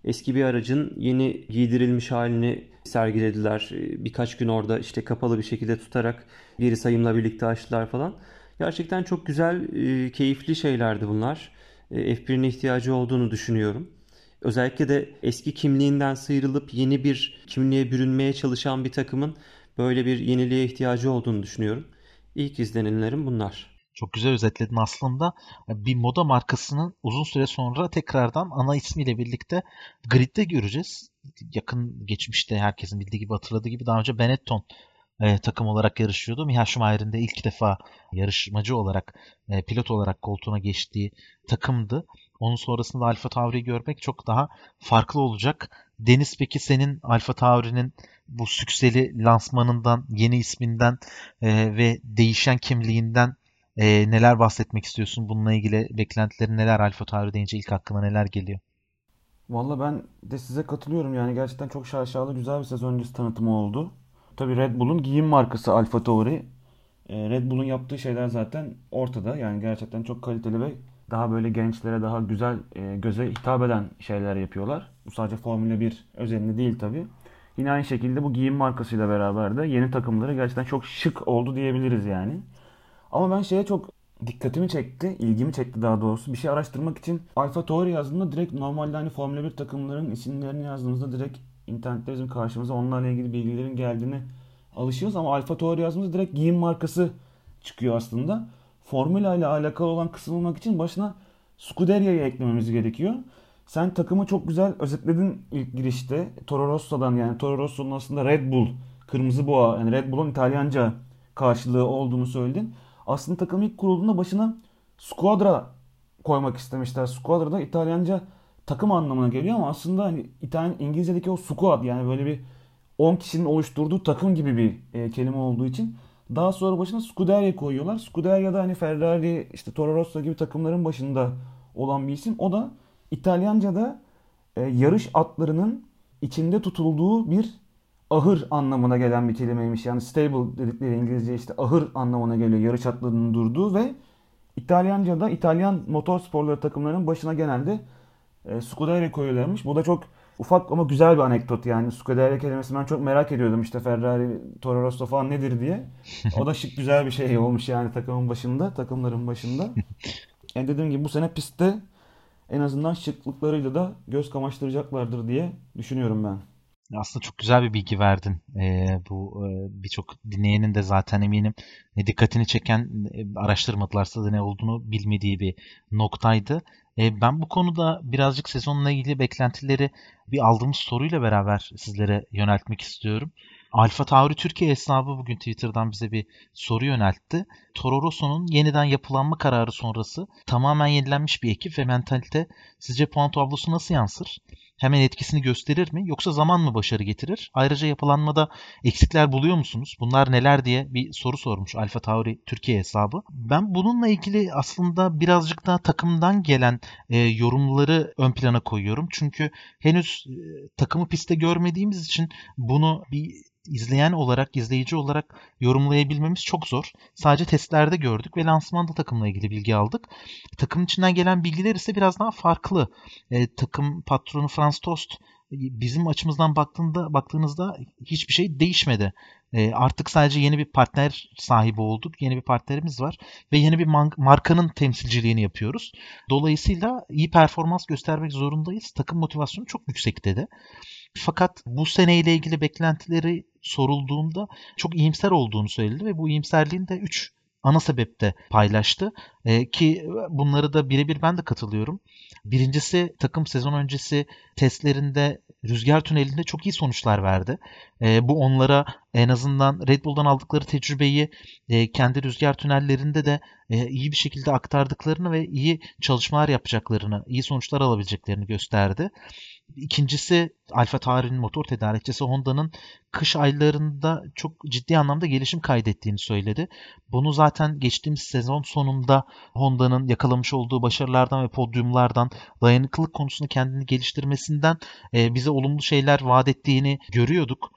eski bir aracın yeni giydirilmiş halini sergilediler. Birkaç gün orada işte kapalı bir şekilde tutarak geri sayımla birlikte açtılar falan. Gerçekten çok güzel, e, keyifli şeylerdi bunlar. E, F bir'in ihtiyacı olduğunu düşünüyorum. Özellikle de eski kimliğinden sıyrılıp yeni bir kimliğe bürünmeye çalışan bir takımın böyle bir yeniliğe ihtiyacı olduğunu düşünüyorum. İlk izlenimlerim bunlar. Çok güzel özetledin aslında. Bir moda markasının uzun süre sonra tekrardan ana ismiyle birlikte gridde göreceğiz. Yakın geçmişte herkesin bildiği gibi, hatırladığı gibi daha önce Benetton e, takım olarak yarışıyordu. Michael Schumacher'in de ilk defa yarışmacı olarak, e, pilot olarak koltuğuna geçtiği takımdı. Onun sonrasında Alfa Tauri'yi görmek çok daha farklı olacak. Deniz, peki senin Alfa Tauri'nin bu sükseli lansmanından, yeni isminden e, ve değişen kimliğinden e, neler bahsetmek istiyorsun? Bununla ilgili beklentilerin neler? Alfa Tauri deyince ilk aklına neler geliyor? Valla ben de size katılıyorum. Yani gerçekten çok şaşalı güzel bir sezon öncesi tanıtımı oldu. Tabii Red Bull'un giyim markası AlphaTauri. Ee, Red Bull'un yaptığı şeyler zaten ortada. Yani gerçekten çok kaliteli ve daha böyle gençlere daha güzel, e, göze hitap eden şeyler yapıyorlar. Bu sadece Formula bir özelinde değil tabii. Yine aynı şekilde bu giyim markasıyla beraber de yeni takımları gerçekten çok şık oldu diyebiliriz yani. Ama ben şeye çok dikkatimi çekti, ilgimi çekti daha doğrusu. Bir şey araştırmak için AlphaTauri yazdığımda direkt normalde hani Formula bir takımların isimlerini yazdığımızda direkt internette bizim karşımıza onlarla ilgili bilgilerin geldiğini alışıyoruz. Ama AlphaTauri yazdığımızda direkt giyim markası çıkıyor aslında. Formula ile alakalı olan kısım olmak için başına Scuderia'yı eklememiz gerekiyor. Sen takımı çok güzel özetledin ilk girişte. Toro Rosso'dan, yani Toro Rosso'nun aslında Red Bull, Kırmızı Boğa, yani Red Bull'un İtalyanca karşılığı olduğunu söyledin. Aslında takım ilk kurulduğunda başına Squadra koymak istemişler. Squadra da İtalyanca takım anlamına geliyor ama aslında hani İtalyan İngilizce'deki o squad, yani böyle bir on kişinin oluşturduğu takım gibi bir e, kelime olduğu için daha sonra başına Scuderia koyuyorlar. Scuderia da hani Ferrari, işte Toro Rosso gibi takımların başında olan bir isim. O da İtalyanca'da e, yarış atlarının içinde tutulduğu bir ahır anlamına gelen bir kelimeymiş. Yani stable dedikleri İngilizce işte ahır anlamına geliyor. Yarış atlarının durduğu ve İtalyanca'da İtalyan motorsporları takımlarının başına genelde e, Scuderia koyuyorlarmış. Bu da çok ufak ama güzel bir anekdot yani. Scuderia kelimesini ben çok merak ediyordum, işte Ferrari, Toro Rosso falan nedir diye. O da şık güzel bir şey olmuş yani takımın başında, takımların başında. Yani dediğim gibi bu sene pistte en azından şıklıklarıyla da göz kamaştıracaklardır diye düşünüyorum ben. Aslında çok güzel bir bilgi verdin. Ee, bu e, birçok dinleyenin de zaten eminim e, dikkatini çeken, e, araştırmadılarsa da ne olduğunu bilmediği bir noktaydı. E, ben bu konuda birazcık sezonla ilgili beklentileri bir aldığımız soruyla beraber sizlere yöneltmek istiyorum. Alfa Tauri Türkiye hesabı bugün Twitter'dan bize bir soru yöneltti. Toro Rosso'nun yeniden yapılanma kararı sonrası tamamen yenilenmiş bir ekip ve mentalite sizce puan tablosu nasıl yansır? Hemen etkisini gösterir mi yoksa zaman mı başarı getirir? Ayrıca yapılanmada eksikler buluyor musunuz? Bunlar neler diye bir soru sormuş Alfa Tauri Türkiye hesabı. Ben bununla ilgili aslında birazcık daha takımdan gelen e, yorumları ön plana koyuyorum. Çünkü henüz e, takımı pistte görmediğimiz için bunu bir izleyen olarak, izleyici olarak yorumlayabilmemiz çok zor. Sadece testlerde gördük ve lansmanda takımla ilgili bilgi aldık. Takım içinden gelen bilgiler ise biraz daha farklı. E, takım patronu Franz Tost bizim açımızdan baktığında baktığınızda hiçbir şey değişmedi. E, artık sadece yeni bir partner sahibi olduk. Yeni bir partnerimiz var ve yeni bir man- markanın temsilciliğini yapıyoruz. Dolayısıyla iyi performans göstermek zorundayız. Takım motivasyonu çok yüksek dedi. Fakat bu seneyle ilgili beklentileri sorulduğunda çok iyimser olduğunu söyledi ve bu iyimserliğin de üç ana sebepte paylaştı. Ee, ki bunları da birebir ben de katılıyorum. Birincisi, takım sezon öncesi testlerinde rüzgar tünelinde çok iyi sonuçlar verdi. Ee, bu onlara en azından Red Bull'dan aldıkları tecrübeyi e, kendi rüzgar tünellerinde de e, iyi bir şekilde aktardıklarını ve iyi çalışmalar yapacaklarını, iyi sonuçlar alabileceklerini gösterdi. İkincisi, Alfa Tauri'nin motor tedarikçisi Honda'nın kış aylarında çok ciddi anlamda gelişim kaydettiğini söyledi. Bunu zaten geçtiğimiz sezon sonunda Honda'nın yakalamış olduğu başarılardan ve podyumlardan, dayanıklılık konusunda kendini geliştirmesinden e, bize olumlu şeyler vaat ettiğini görüyorduk.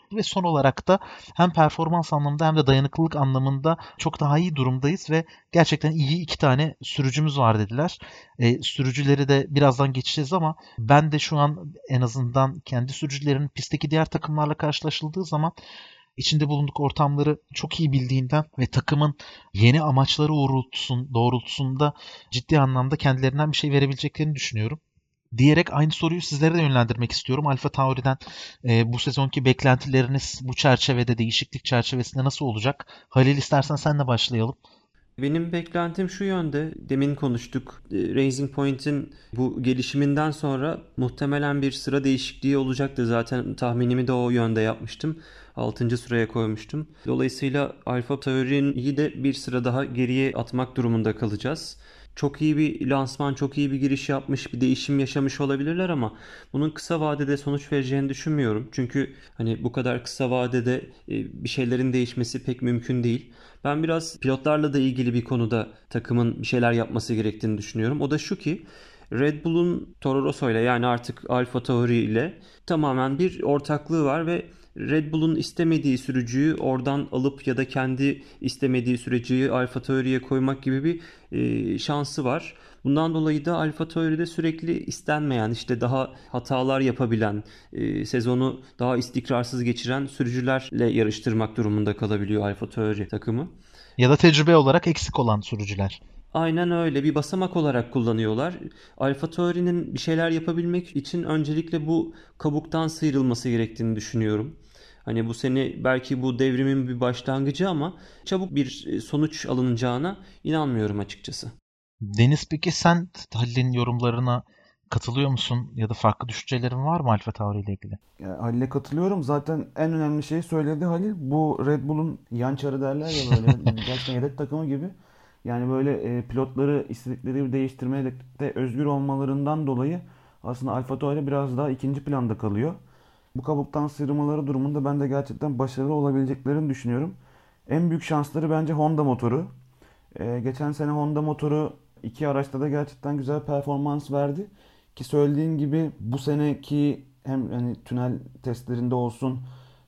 ve son olarak da hem performans anlamında hem de dayanıklılık anlamında çok daha iyi durumdayız ve gerçekten iyi iki tane sürücümüz var dediler. E, sürücüleri de birazdan geçeceğiz ama ben de şu an en azından kendi sürücülerinin pistteki diğer takımlarla karşılaşıldığı zaman içinde bulunduk ortamları çok iyi bildiğinden ve takımın yeni amaçları doğrultusun, doğrultusunda ciddi anlamda kendilerinden bir şey verebileceklerini düşünüyorum. Diyerek aynı soruyu sizlere de yönlendirmek istiyorum. Alfa Tauri'den e, bu sezonki beklentileriniz bu çerçevede, değişiklik çerçevesinde nasıl olacak? Halil, istersen senle başlayalım. Benim beklentim şu yönde. Demin konuştuk. E, Racing Point'in bu gelişiminden sonra muhtemelen bir sıra değişikliği olacaktır. Zaten tahminimi de o yönde yapmıştım. altıncı sıraya koymuştum. Dolayısıyla Alfa Tauri'yi de bir sıra daha geriye atmak durumunda kalacağız. Çok iyi bir lansman, çok iyi bir giriş yapmış, bir değişim yaşamış olabilirler ama bunun kısa vadede sonuç vereceğini düşünmüyorum. Çünkü hani bu kadar kısa vadede e, bir şeylerin değişmesi pek mümkün değil. Ben biraz pilotlarla da ilgili bir konuda takımın bir şeyler yapması gerektiğini düşünüyorum. O da şu ki Red Bull'un Toro Rosso ile, yani artık Alfa Tauri ile tamamen bir ortaklığı var ve Red Bull'un istemediği sürücüyü oradan alıp ya da kendi istemediği sürücüyü Alfa Tauri'ye koymak gibi bir e, şansı var. Bundan dolayı da Alfa Tauri'de sürekli istenmeyen, işte daha hatalar yapabilen, e, sezonu daha istikrarsız geçiren sürücülerle yarıştırmak durumunda kalabiliyor Alfa Tauri takımı. Ya da tecrübe olarak eksik olan sürücüler. Aynen öyle, bir basamak olarak kullanıyorlar. Alfa Tauri'nin bir şeyler yapabilmek için öncelikle bu kabuktan sıyrılması gerektiğini düşünüyorum. Hani bu sene belki bu devrimin bir başlangıcı ama çabuk bir sonuç alınacağına inanmıyorum açıkçası. Deniz, peki sen Halil'in yorumlarına katılıyor musun? Ya da farklı düşüncelerin var mı Alfa Tauri ile ilgili? Ya, Halil'e katılıyorum. Zaten en önemli şeyi söyledi Halil. Bu Red Bull'un yan çarı derler ya, böyle gerçekten yedek takımı gibi. Yani böyle e, pilotları istedikleri değiştirmeye de, de özgür olmalarından dolayı aslında Alfa Tauri biraz daha ikinci planda kalıyor. Bu kabuktan sıyrılmaları durumunda ben de gerçekten başarılı olabileceklerini düşünüyorum. En büyük şansları bence Honda motoru. Ee, geçen sene Honda motoru iki araçta da gerçekten güzel performans verdi. Ki söylediğin gibi bu seneki hem hani tünel testlerinde olsun,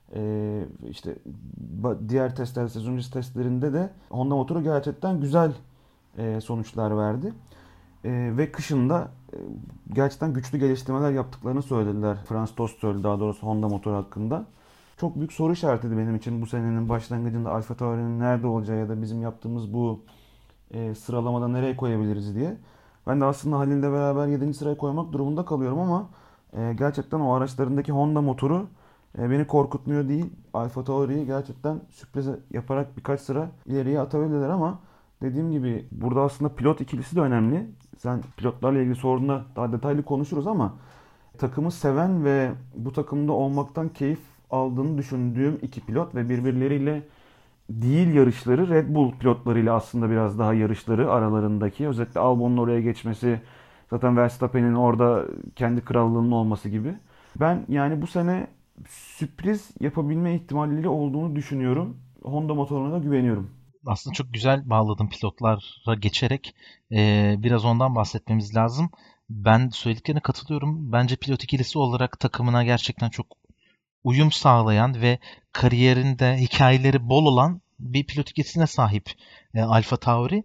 e, işte diğer testler, sezon öncesi testlerinde de Honda motoru gerçekten güzel e, sonuçlar verdi. E, ve kışında e, gerçekten güçlü geliştirmeler yaptıklarını söylediler. Frans Tost söyledi daha doğrusu Honda motoru hakkında. Çok büyük soru işaretiydi benim için bu senenin başlangıcında Alfa Tauri'nin nerede olacağı ya da bizim yaptığımız bu e, sıralamada nereye koyabiliriz diye. Ben de aslında Halil'le beraber yedinci sıraya koymak durumunda kalıyorum ama e, gerçekten o araçlarındaki Honda motoru e, beni korkutmuyor değil. Alfa Tauri'yi gerçekten sürpriz yaparak birkaç sıra ileriye atabilirler ama dediğim gibi burada aslında pilot ikilisi de önemli. Sen pilotlarla ilgili sorduğunda daha detaylı konuşuruz ama takımı seven ve bu takımda olmaktan keyif aldığını düşündüğüm iki pilot ve birbirleriyle değil yarışları Red Bull pilotlarıyla aslında biraz daha yarışları aralarındaki. Özellikle Albon'un oraya geçmesi, zaten Verstappen'in orada kendi krallığının olması gibi. Ben yani bu sene sürpriz yapabilme ihtimalleri olduğunu düşünüyorum. Honda motoruna da güveniyorum. Aslında çok güzel bağladın pilotlara geçerek. Ee, biraz ondan bahsetmemiz lazım. Ben söylediklerine katılıyorum. Bence pilot ikilisi olarak takımına gerçekten çok uyum sağlayan ve kariyerinde hikayeleri bol olan bir pilot ikilisine sahip e, Alfa Tauri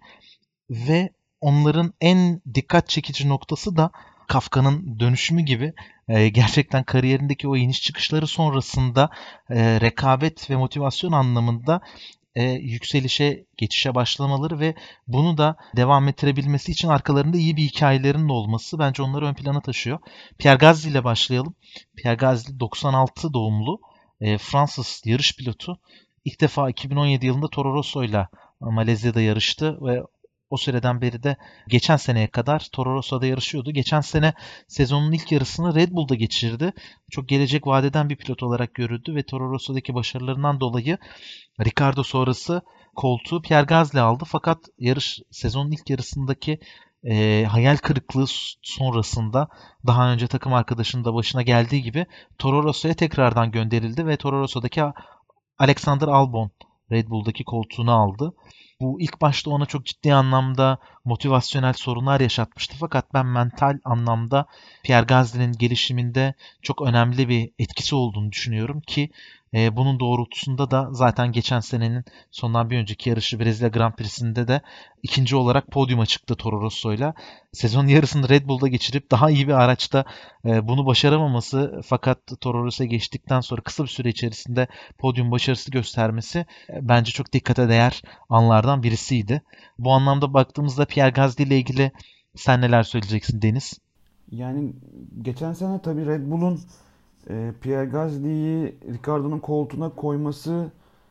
ve onların en dikkat çekici noktası da Kafka'nın dönüşümü gibi e, gerçekten kariyerindeki o iniş çıkışları sonrasında e, rekabet ve motivasyon anlamında e, yükselişe, geçişe başlamaları ve bunu da devam ettirebilmesi için arkalarında iyi bir hikayelerinin olması bence onları ön plana taşıyor. Pierre Gasly ile başlayalım. Pierre Gasly doksan altı doğumlu e, Fransız yarış pilotu. İlk defa iki bin on yedi yılında Toro Rosso ile Malezya'da yarıştı ve o süreden beri de geçen seneye kadar Toro Rosso'da yarışıyordu. Geçen sene sezonun ilk yarısını Red Bull'da geçirdi. Çok gelecek vadeden bir pilot olarak görüldü ve Toro Rosso'daki başarılarından dolayı Ricardo sonrası koltuğu Pierre Gasly aldı. Fakat yarış sezonun ilk yarısındaki e, hayal kırıklığı sonrasında daha önce takım arkadaşının da başına geldiği gibi Toro Rosso'ya tekrardan gönderildi ve Toro Rosso'daki Alexander Albon Red Bull'daki koltuğunu aldı. Bu ilk başta ona çok ciddi anlamda motivasyonel sorunlar yaşatmıştı. Fakat ben mental anlamda Pierre Gasly'nin gelişiminde çok önemli bir etkisi olduğunu düşünüyorum ki e, bunun doğrultusunda da zaten geçen senenin sondan bir önceki yarışı Brezilya Grand Prix'sinde de ikinci olarak podyuma çıktı Toro Rosso'yla. Sezonun yarısını Red Bull'da geçirip daha iyi bir araçta e, bunu başaramaması, fakat Toro Rosso'ya geçtikten sonra kısa bir süre içerisinde podyum başarısı göstermesi e, bence çok dikkate değer anlardan birisiydi. Bu anlamda baktığımızda Pierre Gasly ile ilgili sen neler söyleyeceksin Deniz? Yani geçen sene tabii Red Bull'un e, Pierre Gasly'yi Ricardo'nun koltuğuna koymasından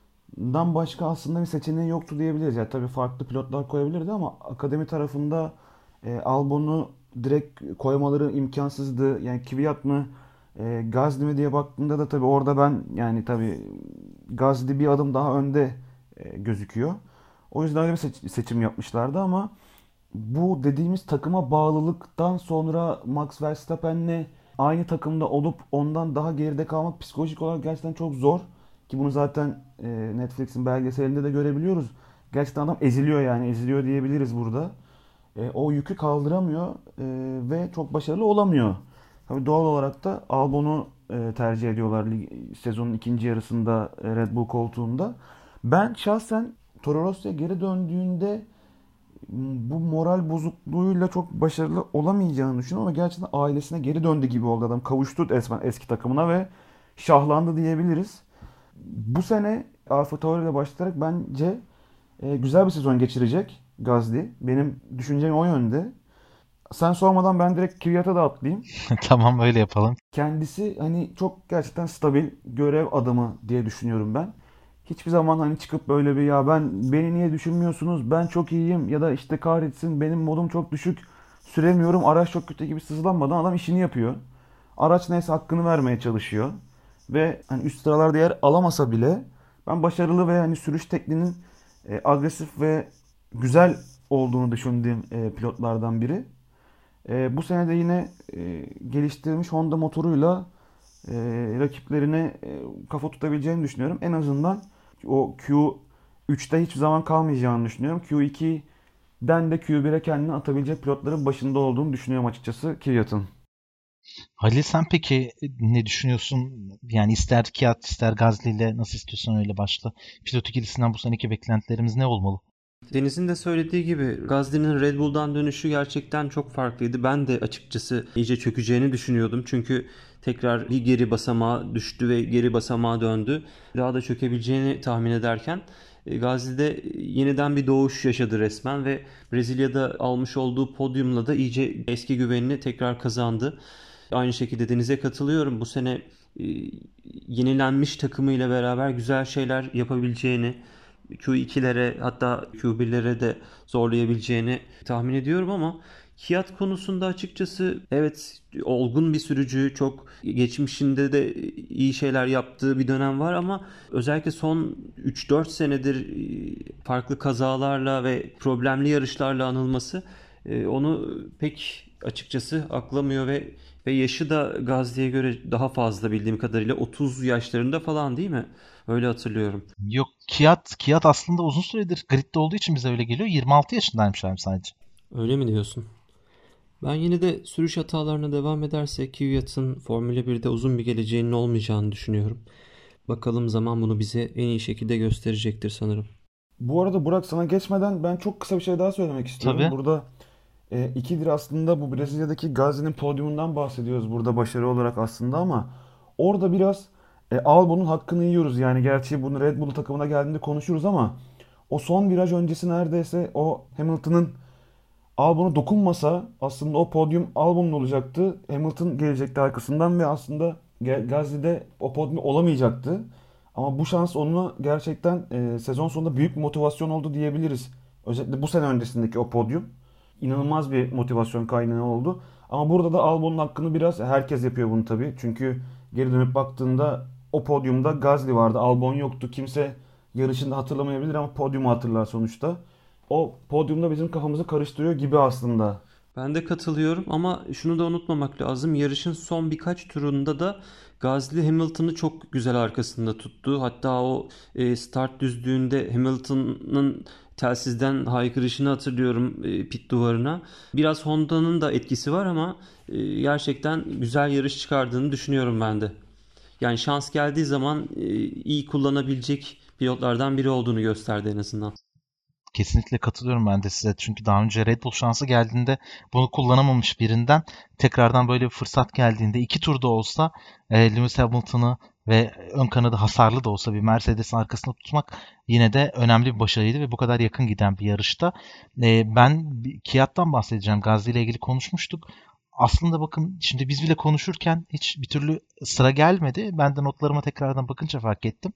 başka aslında bir seçeneği yoktu diyebiliriz. Yani tabii farklı pilotlar koyabilirdi ama akademi tarafında e, Albon'u direkt koymaları imkansızdı. Yani Kvyat mı e, Gasly mi diye baktığımda da tabii orada ben yani tabii Gasly bir adım daha önde e, gözüküyor. O yüzden öyle bir seç- seçim yapmışlardı ama bu dediğimiz takıma bağlılıktan sonra Max Verstappen'le aynı takımda olup ondan daha geride kalmak psikolojik olarak gerçekten çok zor. Ki bunu zaten e, Netflix'in belgeselinde de görebiliyoruz. Gerçekten adam eziliyor, yani eziliyor diyebiliriz burada. E, o yükü kaldıramıyor e, ve çok başarılı olamıyor. Tabii doğal olarak da Albon'u e, tercih ediyorlar lig- sezonun ikinci yarısında e, Red Bull koltuğunda. Ben şahsen Toro Rosso'ya geri döndüğünde bu moral bozukluğuyla çok başarılı olamayacağını düşünüyorum ama gerçekten ailesine geri döndü gibi oldu adam. Kavuştu resmen eski takımına ve şahlandı diyebiliriz. Bu sene AlphaTauri ile başlayarak bence e, güzel bir sezon geçirecek Gasly. Benim düşüncem o yönde. Sen sormadan ben direkt Kvyat'a da atlayayım. Tamam, öyle yapalım. Kendisi hani çok gerçekten stabil görev adamı diye düşünüyorum ben. Hiçbir zaman hani çıkıp böyle bir ya ben beni niye düşünmüyorsunuz, ben çok iyiyim ya da işte kahretsin benim modum çok düşük, süremiyorum, araç çok kötü gibi sızlanmadan adam işini yapıyor. Araç neyse hakkını vermeye çalışıyor. Ve hani üst sıralarda yer alamasa bile ben başarılı ve hani sürüş tekniğinin e, agresif ve güzel olduğunu düşündüğüm e, pilotlardan biri. E, bu sene de yine e, geliştirilmiş Honda motoruyla e, rakiplerine e, kafa tutabileceğini düşünüyorum. En azından o Q üçte hiçbir zaman kalmayacağını düşünüyorum. Q ikiden de Q bire kendini atabilecek pilotların başında olduğunu düşünüyorum açıkçası Kvyat'ın. Halil, sen peki ne düşünüyorsun? Yani ister Kvyat ister Gasly ile nasıl istiyorsan öyle başla. Pilot ikilisinden bu seneki beklentilerimiz ne olmalı? Deniz'in de söylediği gibi Gasly'nin Red Bull'dan dönüşü gerçekten çok farklıydı. Ben de açıkçası iyice çökeceğini düşünüyordum. Çünkü tekrar bir geri basamağa düştü ve geri basamağa döndü. Daha da çökebileceğini tahmin ederken e, Gasly'de yeniden bir doğuş yaşadı resmen ve Brezilya'da almış olduğu podyumla da iyice eski güvenini tekrar kazandı. Aynı şekilde Deniz'e katılıyorum. Bu sene e, yenilenmiş takımıyla beraber güzel şeyler yapabileceğini, Q ikilere hatta Q birlere de zorlayabileceğini tahmin ediyorum ama Kvyat konusunda açıkçası evet, olgun bir sürücü, çok geçmişinde de iyi şeyler yaptığı bir dönem var ama özellikle son üç dört senedir farklı kazalarla ve problemli yarışlarla anılması e, onu pek açıkçası aklamıyor ve ve yaşı da Gazli'ye göre daha fazla bildiğim kadarıyla otuz yaşlarında falan değil mi? Öyle hatırlıyorum. Yok, Kvyat, Kvyat aslında uzun süredir gridde olduğu için bize öyle geliyor. yirmi altı yaşındaymış abi sadece. Öyle mi diyorsun? Ben yine de sürüş hatalarına devam ederse Kvyat'ın Formula birde uzun bir geleceğinin olmayacağını düşünüyorum. Bakalım zaman bunu bize en iyi şekilde gösterecektir sanırım. Bu arada Burak, sana geçmeden ben çok kısa bir şey daha söylemek istiyorum. Tabii. Burada e, ikidir aslında bu Brezilya'daki Gasly'nin podyumundan bahsediyoruz burada başarı olarak aslında ama orada biraz e, Albon'un hakkını yiyoruz. Yani gerçi bunu Red Bull takımına geldiğinde konuşuruz ama o son viraj öncesi neredeyse o Hamilton'ın Albon'a dokunmasa aslında o podyum Albon'un olacaktı. Hamilton gelecekti arkasından ve aslında Ge- Gasly'de o podyum olamayacaktı. Ama bu şans onunla gerçekten e, sezon sonunda büyük bir motivasyon oldu diyebiliriz. Özellikle bu sene öncesindeki o podyum inanılmaz bir motivasyon kaynağı oldu. Ama burada da Albon'un hakkını biraz herkes yapıyor bunu tabii. Çünkü geri dönüp baktığında o podyumda Gasly vardı, Albon yoktu. Kimse yarışında hatırlamayabilir ama podyumu hatırlar sonuçta. O podyumda bizim kafamızı karıştırıyor gibi aslında. Ben de katılıyorum ama şunu da unutmamak lazım. Yarışın son birkaç turunda da Gasly Hamilton'ı çok güzel arkasında tuttu. Hatta o e, start düzlüğünde Hamilton'ın telsizden haykırışını hatırlıyorum e, pit duvarına. Biraz Honda'nın da etkisi var ama e, gerçekten güzel yarış çıkardığını düşünüyorum ben de. Yani şans geldiği zaman e, iyi kullanabilecek pilotlardan biri olduğunu gösterdi en azından. Kesinlikle katılıyorum ben de size. Çünkü daha önce Red Bull şansı geldiğinde bunu kullanamamış birinden tekrardan böyle bir fırsat geldiğinde iki turda olsa e, Lewis Hamilton'ı ve ön kanadı hasarlı da olsa bir Mercedes'in arkasında tutmak yine de önemli bir başarıydı ve bu kadar yakın giden bir yarışta. E, ben Kvyat'tan bahsedeceğim. Gasly ile ilgili konuşmuştuk. Aslında bakın şimdi biz bile konuşurken hiç bir türlü sıra gelmedi. Ben de notlarıma tekrardan bakınca fark ettim.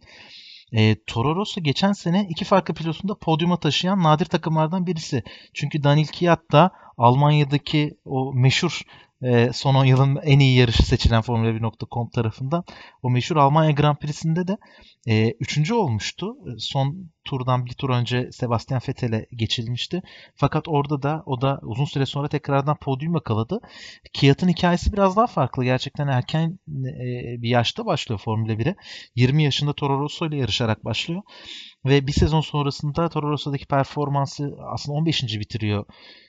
E, Toro Rosso geçen sene iki farklı pilotunu da podyuma taşıyan nadir takımlardan birisi. Çünkü Daniil Kvyat da Almanya'daki o meşhur e, son on yılın en iyi yarışı seçilen Formula bir nokta com tarafından o meşhur Almanya Grand Prix'sinde de e, üçüncü olmuştu. Son turdan bir tur önce Sebastian Vettel'e geçilmişti. Fakat orada da o da uzun süre sonra tekrardan podyum yakaladı. Kvyat'ın hikayesi biraz daha farklı. Gerçekten erken e, bir yaşta başlıyor Formula bire. yirmi yaşında Toro Rosso ile yarışarak başlıyor. Ve bir sezon sonrasında Toro Rosso'daki performansı aslında on beşinci bitiriyor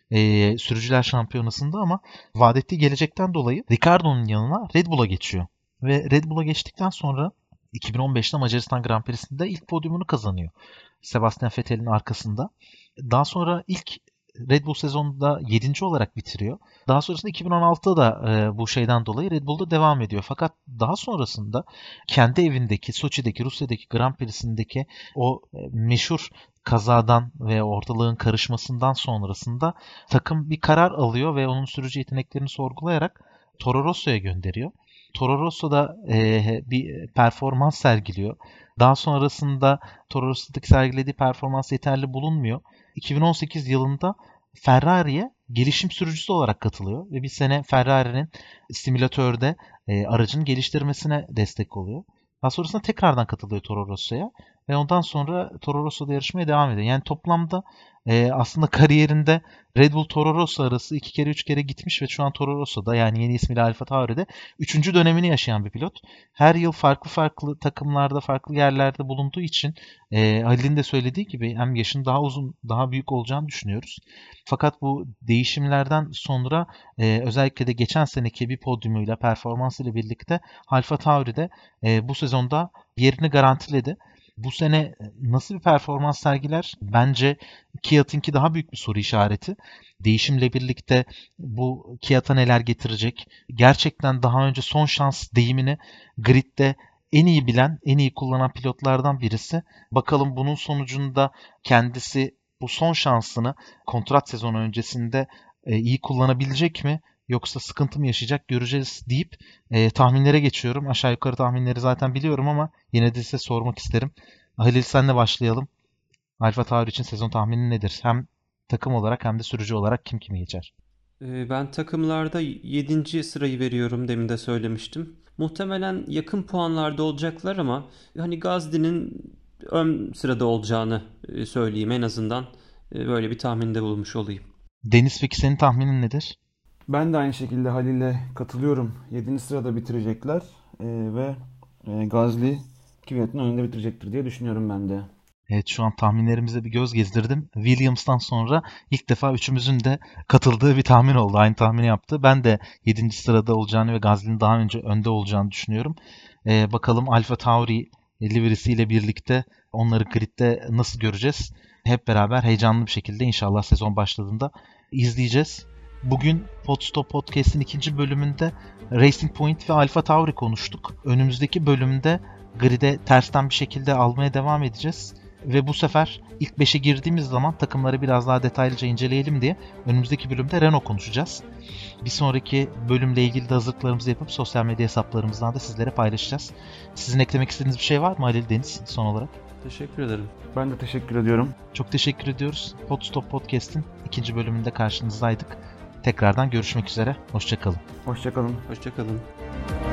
e, sürücüler şampiyonasında ama vaat ettiği gelecekten dolayı Ricciardo'nun yanına Red Bull'a geçiyor. Ve Red Bull'a geçtikten sonra iki bin on beşte Macaristan Grand Prix'sinde ilk podyumunu kazanıyor. Sebastian Vettel'in arkasında. Daha sonra ilk Red Bull sezonunda yedinci olarak bitiriyor. Daha sonrasında iki bin on altıda da e, bu şeyden dolayı Red Bull'da devam ediyor. Fakat daha sonrasında kendi evindeki, Soçi'deki, Rusya'daki Grand Prix'sindeki o e, meşhur kazadan ve ortalığın karışmasından sonrasında takım bir karar alıyor ve onun sürücü yeteneklerini sorgulayarak Toro Rosso'ya gönderiyor. Toro Rosso da e, bir performans sergiliyor. Daha sonrasında Toro Rosso'daki sergilediği performans yeterli bulunmuyor. iki bin on sekiz yılında Ferrari'ye gelişim sürücüsü olarak katılıyor ve bir sene Ferrari'nin simülatörde e, aracın geliştirmesine destek oluyor. Daha sonrasında tekrardan katılıyor Toro Rosso'ya ve ondan sonra Toro Rosso'da yarışmaya devam ediyor. Yani toplamda e, aslında kariyerinde Red Bull Toro Rosso arası iki kere üç kere gitmiş ve şu an Toro Rosso'da yani yeni ismiyle Alfa Tauri'de üçüncü dönemini yaşayan bir pilot. Her yıl farklı farklı takımlarda, farklı yerlerde bulunduğu için e, Halil'in de söylediği gibi hem yaşın daha uzun, daha büyük olacağını düşünüyoruz. Fakat bu değişimlerden sonra e, özellikle de geçen seneki bir podyumuyla, performansıyla birlikte Alfa Tauri'de e, bu sezonda yerini garantiledi. Bu sene nasıl bir performans sergiler? Bence Kvyat'ınki daha büyük bir soru işareti. Değişimle birlikte bu Kvyat'a neler getirecek? Gerçekten daha önce son şans deyimini gridde en iyi bilen, en iyi kullanan pilotlardan birisi. Bakalım bunun sonucunda kendisi bu son şansını kontrat sezonu öncesinde e, iyi kullanabilecek mi? Yoksa sıkıntı mı yaşayacak göreceğiz deyip e, tahminlere geçiyorum. Aşağı yukarı tahminleri zaten biliyorum ama yine de size sormak isterim. Halil senle başlayalım. Alfa Tauri için sezon tahmini nedir? Hem takım olarak hem de sürücü olarak kim kimi geçer? Ben takımlarda yedinci sırayı veriyorum, demin de söylemiştim. Muhtemelen yakın puanlarda olacaklar ama hani Gasly'nin ön sırada olacağını söyleyeyim en azından. Böyle bir tahminde bulmuş olayım. Deniz peki senin tahminin nedir? Ben de aynı şekilde Halil'e katılıyorum. yedinci sırada bitirecekler ee, ve e, Gasly Kvyat'ın önünde bitirecektir diye düşünüyorum ben de. Evet şu an tahminlerimize bir göz gezdirdim. Williams'tan sonra ilk defa üçümüzün de katıldığı bir tahmin oldu. Aynı tahmini yaptı. Ben de yedinci sırada olacağını ve Gasly'nin daha önce önde olacağını düşünüyorum. Ee, bakalım Alfa Tauri liverisiyle birlikte onları gridde nasıl göreceğiz? Hep beraber heyecanlı bir şekilde inşallah sezon başladığında izleyeceğiz. Bugün Podstop Podcast'in ikinci bölümünde Racing Point ve Alfa Tauri konuştuk. Önümüzdeki bölümde grid'e tersten bir şekilde almaya devam edeceğiz. Ve bu sefer ilk beşe girdiğimiz zaman takımları biraz daha detaylıca inceleyelim diye önümüzdeki bölümde Renault konuşacağız. Bir sonraki bölümle ilgili de hazırlıklarımızı yapıp sosyal medya hesaplarımızdan da sizlere paylaşacağız. Sizin eklemek istediğiniz bir şey var mı Halil, Deniz son olarak? Teşekkür ederim. Ben de teşekkür ediyorum. Çok teşekkür ediyoruz. Podstop Podcast'in ikinci bölümünde karşınızdaydık. Tekrardan görüşmek üzere. Hoşça kalın. Hoşça kalın. Hoşça kalın.